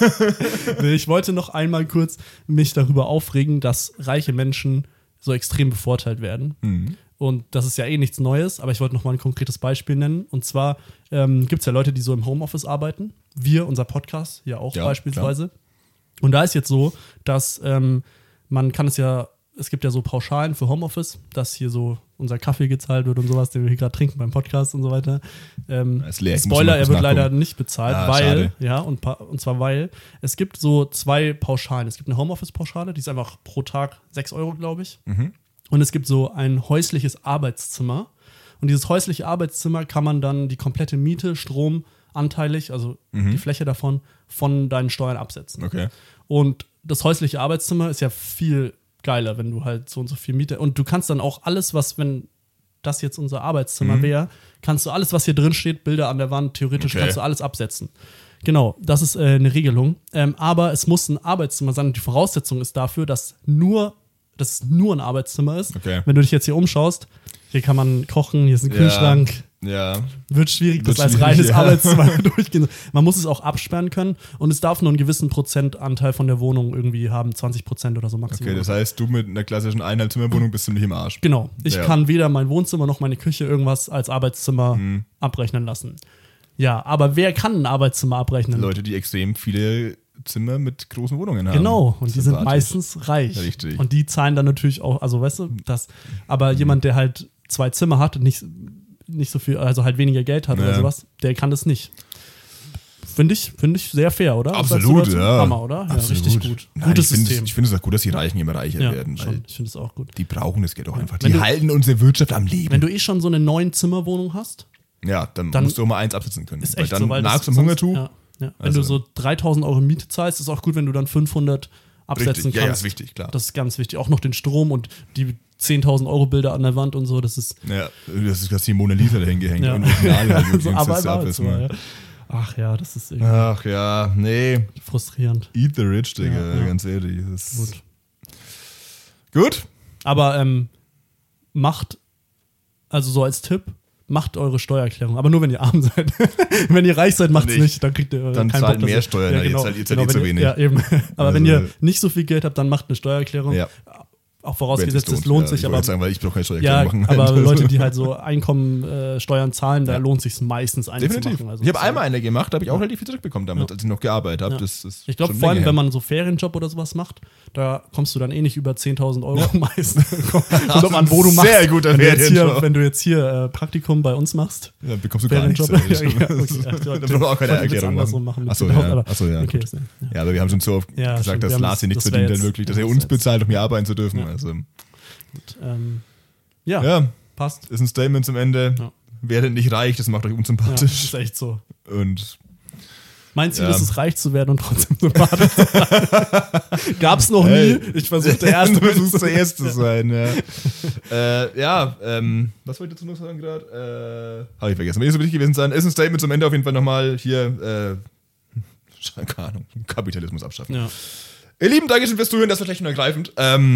Nee, ich wollte noch einmal kurz mich darüber aufregen, dass reiche Menschen so extrem bevorteilt werden. Mhm. Und das ist ja eh nichts Neues, aber ich wollte noch mal ein konkretes Beispiel nennen. Und zwar ähm, gibt es ja Leute, die so im Homeoffice arbeiten. Wir, unser Podcast, ja auch ja, beispielsweise. Klar. Und da ist jetzt so, dass ähm, man kann es ja, es gibt ja so Pauschalen für Homeoffice, dass hier so unser Kaffee gezahlt wird und sowas, den wir hier gerade trinken beim Podcast und so weiter. Ähm, leer, Spoiler, er wird leider nicht bezahlt, ah, weil, schade. ja, und, und zwar weil, es gibt so zwei Pauschalen. Es gibt eine Homeoffice-Pauschale, die ist einfach pro Tag sechs Euro, glaube ich. Mhm. Und es gibt so ein häusliches Arbeitszimmer. Und dieses häusliche Arbeitszimmer kann man dann die komplette Miete, Strom, anteilig, also mhm. die Fläche davon, von deinen Steuern absetzen. Okay. Und das häusliche Arbeitszimmer ist ja viel geiler, wenn du halt so und so viel Miete. Und du kannst dann auch alles, was, wenn das jetzt unser Arbeitszimmer mhm. wäre, kannst du alles, was hier drin steht, Bilder an der Wand, theoretisch okay. kannst du alles absetzen. Genau, das ist äh, eine Regelung. Ähm, aber es muss ein Arbeitszimmer sein. Und die Voraussetzung ist dafür, dass nur dass es nur ein Arbeitszimmer ist. Okay. Wenn du dich jetzt hier umschaust, hier kann man kochen, hier ist ein Kühlschrank. Ja. ja. Wird schwierig, Wird das als schwierig, reines ja. Arbeitszimmer durchgehen. Man muss es auch absperren können und es darf nur einen gewissen Prozentanteil von der Wohnung irgendwie haben, zwanzig Prozent oder so maximal. Okay, das heißt, du mit einer klassischen Einheitszimmerwohnung bist ziemlich im Arsch. Genau. Ich ja. kann weder mein Wohnzimmer noch meine Küche irgendwas als Arbeitszimmer mhm. abrechnen lassen. Ja, aber wer kann ein Arbeitszimmer abrechnen? Leute, die extrem viele Zimmer mit großen Wohnungen haben. Genau, und die sind meistens reich. Richtig. Und die zahlen dann natürlich auch, also weißt du, das, aber mhm. jemand, der halt zwei Zimmer hat und nicht, nicht so viel, also halt weniger Geld hat ja. oder sowas, der kann das nicht. Finde ich, finde ich sehr fair, oder? Absolut, ja. Hammer, oder? Ja, Absolut. richtig gut. Nein, Gutes ich System. Es, ich finde es auch gut, dass die Reichen immer reicher ja, werden. Schon. Ich finde es auch gut. Die brauchen das Geld auch einfach. Wenn die du, halten unsere Wirtschaft am Leben. Wenn du eh schon so eine neun Zimmer-Wohnung hast, ja, dann, dann musst du auch mal eins absitzen können. Ist weil echt dann so, weil nagst das du im Hungertuch. Ja, ja. Wenn also, du so dreitausend Euro Miete zahlst, ist auch gut, wenn du dann fünfhundert absetzen richtig. kannst. Ja, ja, ist wichtig, klar. Das ist ganz wichtig. Auch noch den Strom und die zehntausend Euro Bilder an der Wand und so, das ist... Ja, das ist die Mona Lisa dahin gehängt. Ja. Und Original halt so, aber ab, ja. Ach ja, das ist irgendwie Ach ja, nee. frustrierend. Eat the rich, Digga, Ja, ja. ganz ehrlich. Das ist Gut. Gut? Aber ähm, macht, also so als Tipp, macht eure Steuererklärung. Aber nur, wenn ihr arm seid. Wenn ihr reich seid, macht's Nicht. nicht. Dann kriegt ihr Dann keinen zahlt Bock, mehr dass- Steuern, ja, ihr zahlt- ihr zahlt eh wenn zu ihr- wenig. Ja, eben. Aber Also- wenn ihr nicht so viel Geld habt, dann macht eine Steuererklärung. Ja. Auch vorausgesetzt, es lohnt sich. Ich Aber wollte sagen, weil ich brauche keine Steuererklärung ja, machen. aber Also- Leute, die halt so Einkommensteuern äh, Steuern zahlen, da Ja. lohnt sich meistens eine Definitiv. zu machen. Also ich habe so- einmal eine gemacht, da habe ich auch relativ viel zurückbekommen damit, Ja. als ich noch gearbeitet habe. Ja. Das ist Ich glaube, schon vor allem, länger wenn her. man so Ferienjob oder sowas macht, da kommst du dann eh nicht über zehntausend Euro meistens. Kommt drauf an, wo du machst. Sehr guter wenn du jetzt hier, Ferienjob. wenn du jetzt hier äh, Praktikum bei uns machst. Ja, dann bekommst du gar nichts. Ferienjob. Alter. Ja, ja, okay. Ja, Da ja, braucht man auch keine ich wollte Erklärung jetzt andersrum machen. machen. Achso, Genau, ja. aber- Achso, ja. Okay, gut. das- ja. Ja, aber wir haben schon so oft Ja, gesagt, stimmt, dass wir haben Lars hier das- nichts das wär verdient, jetzt- dann wirklich, dass ja, er das uns wär bezahlt, um hier arbeiten zu dürfen. Ja. Also, Ähm, ja, ja, passt. ist ein Statement zum Ende. Ja. Werdet nicht reich, das macht euch Ja, unsympathisch. ist echt so. Und Mein Ziel Ja. ist es, reich zu werden und trotzdem sympathisch zu sein. Gab's noch Hey. nie. Ich versuche der Erste. Du versuchst der Erste zu sein, ja. äh, ja, ähm, was wollte ich dazu noch sagen gerade? Äh, Habe ich vergessen. Will nicht so wichtig gewesen sein. Ist ein Statement zum Ende auf jeden Fall nochmal hier, äh, keine Ahnung, Kapitalismus abschaffen. Ja. Ihr Lieben, danke schön fürs Zuhören, das war schlecht und ergreifend.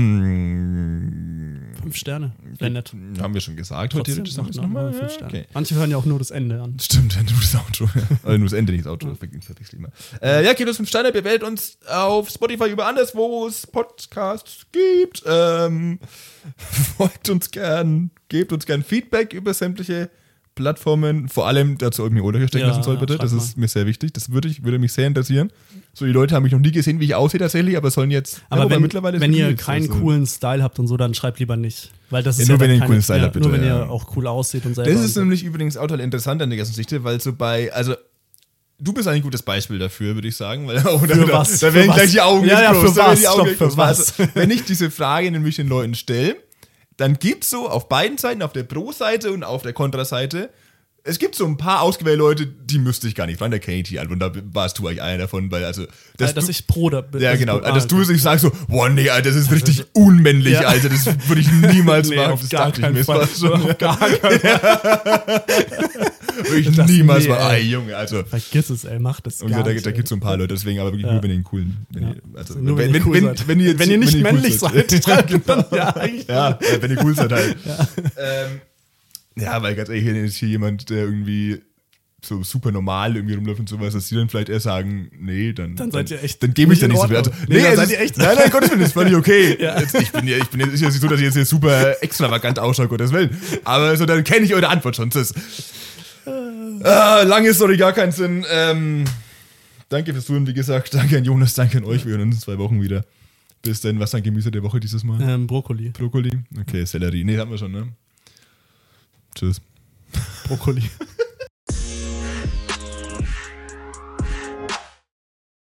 Ähm, Fünf Sterne. Wäre nett. haben wir schon gesagt, Trotzdem theoretisch sagt noch man nochmal. fünf Ja, Sterne. okay. Manche hören ja auch nur das Ende an. Stimmt, nur das Outro. Ja. Also nur das Ende, nicht das Outro. Das verwechsel ich immer. Äh, ja, gebt uns fünf Sterne, bewertet uns auf Spotify über anders, wo es Podcasts gibt. Ähm, folgt uns gern, gebt uns gern Feedback über sämtliche Plattformen. Vor allem dazu, ob ich mir Oder stecken Ja, lassen soll, ja, bitte. schreibt Das mal. ist mir sehr wichtig. Das würde, ich, würde mich sehr interessieren. So, die Leute haben mich noch nie gesehen, wie ich aussehe tatsächlich, aber sollen jetzt. Aber ja, wenn, mittlerweile wenn sind ihr die keinen jetzt, also- coolen Style habt und so, dann schreibt lieber nicht. Weil das ist Ja, nur ja wenn dann ihr einen keine- coolen Style ja, habt, bitte, Nur wenn ja. ihr auch cool aussieht und selber. Das und ist so. nämlich übrigens auch total interessant an der ganzen Geschichte, weil so bei, also du bist ein gutes Beispiel dafür, würde ich sagen, weil oh, da, Für da, was? da Für werden was? gleich die Augen Ja, ja, groß, für da werden was? die Augen Stopp, für groß. was? Also, wenn ich diese Frage nämlich den Leuten stelle, dann gibt es so auf beiden Seiten, auf der Pro-Seite und auf der Kontra-Seite, es gibt so ein paar ausgewählte Leute, die müsste ich gar nicht fragen, da kenne ich die alle und da warst du eigentlich einer davon, weil also dass, dass du, ich pro da bin. ja, dass ich genau. pro- ah, dass du okay. es nicht sagst so, boah, nee, Alter, das ist richtig unmännlich, Ja. Alter, das würde ich niemals Nee, machen. auf Das gar dachte ich keinen mir Fall. fast schon. Auf gar keinen Fall. Würde ich Das- niemals nee, machen. ey. Ey, Junge, also. Vergiss es, ey, mach das Und gar da, da nicht. gibt es so ein paar Leute, deswegen aber wirklich Ja. nur, wenn ihr einen coolen. Wenn Ja. ihr, also, Nur wenn, ihr cool wenn, seid. wenn, ihr, jetzt- wenn ihr nicht cool männlich seid, schreibt dann ja eigentlich. Ja, äh, wenn ihr cool seid halt. Ja, ähm, ja weil ganz ehrlich, wenn jetzt hier jemand, der irgendwie so super normal irgendwie rumläuft und sowas, dass die dann vielleicht eher sagen, nee, dann, Dann seid ihr echt dann gebe ich nicht da in nicht so viel. Also, Ordnung. Nee, dann es seid ist- ihr echt- Nein, nein, Gottes Willen, das ist völlig okay. Ja. Jetzt, ich bin ja, ich bin jetzt ist ja nicht so, dass ich jetzt hier super extravagant ausschaue, Gottes Willen. Aber so, dann kenne ich eure Antwort schon. Das ist, ah, lange Story, gar keinen Sinn. Ähm, danke fürs Zuhören, wie gesagt. Danke an Jonas, danke an euch. Wir hören uns in zwei Wochen wieder. Bis dann, was ist dein Gemüse der Woche dieses Mal? Ähm, Brokkoli. Brokkoli? Okay, Sellerie. Nee, haben wir schon, ne? Tschüss. Brokkoli.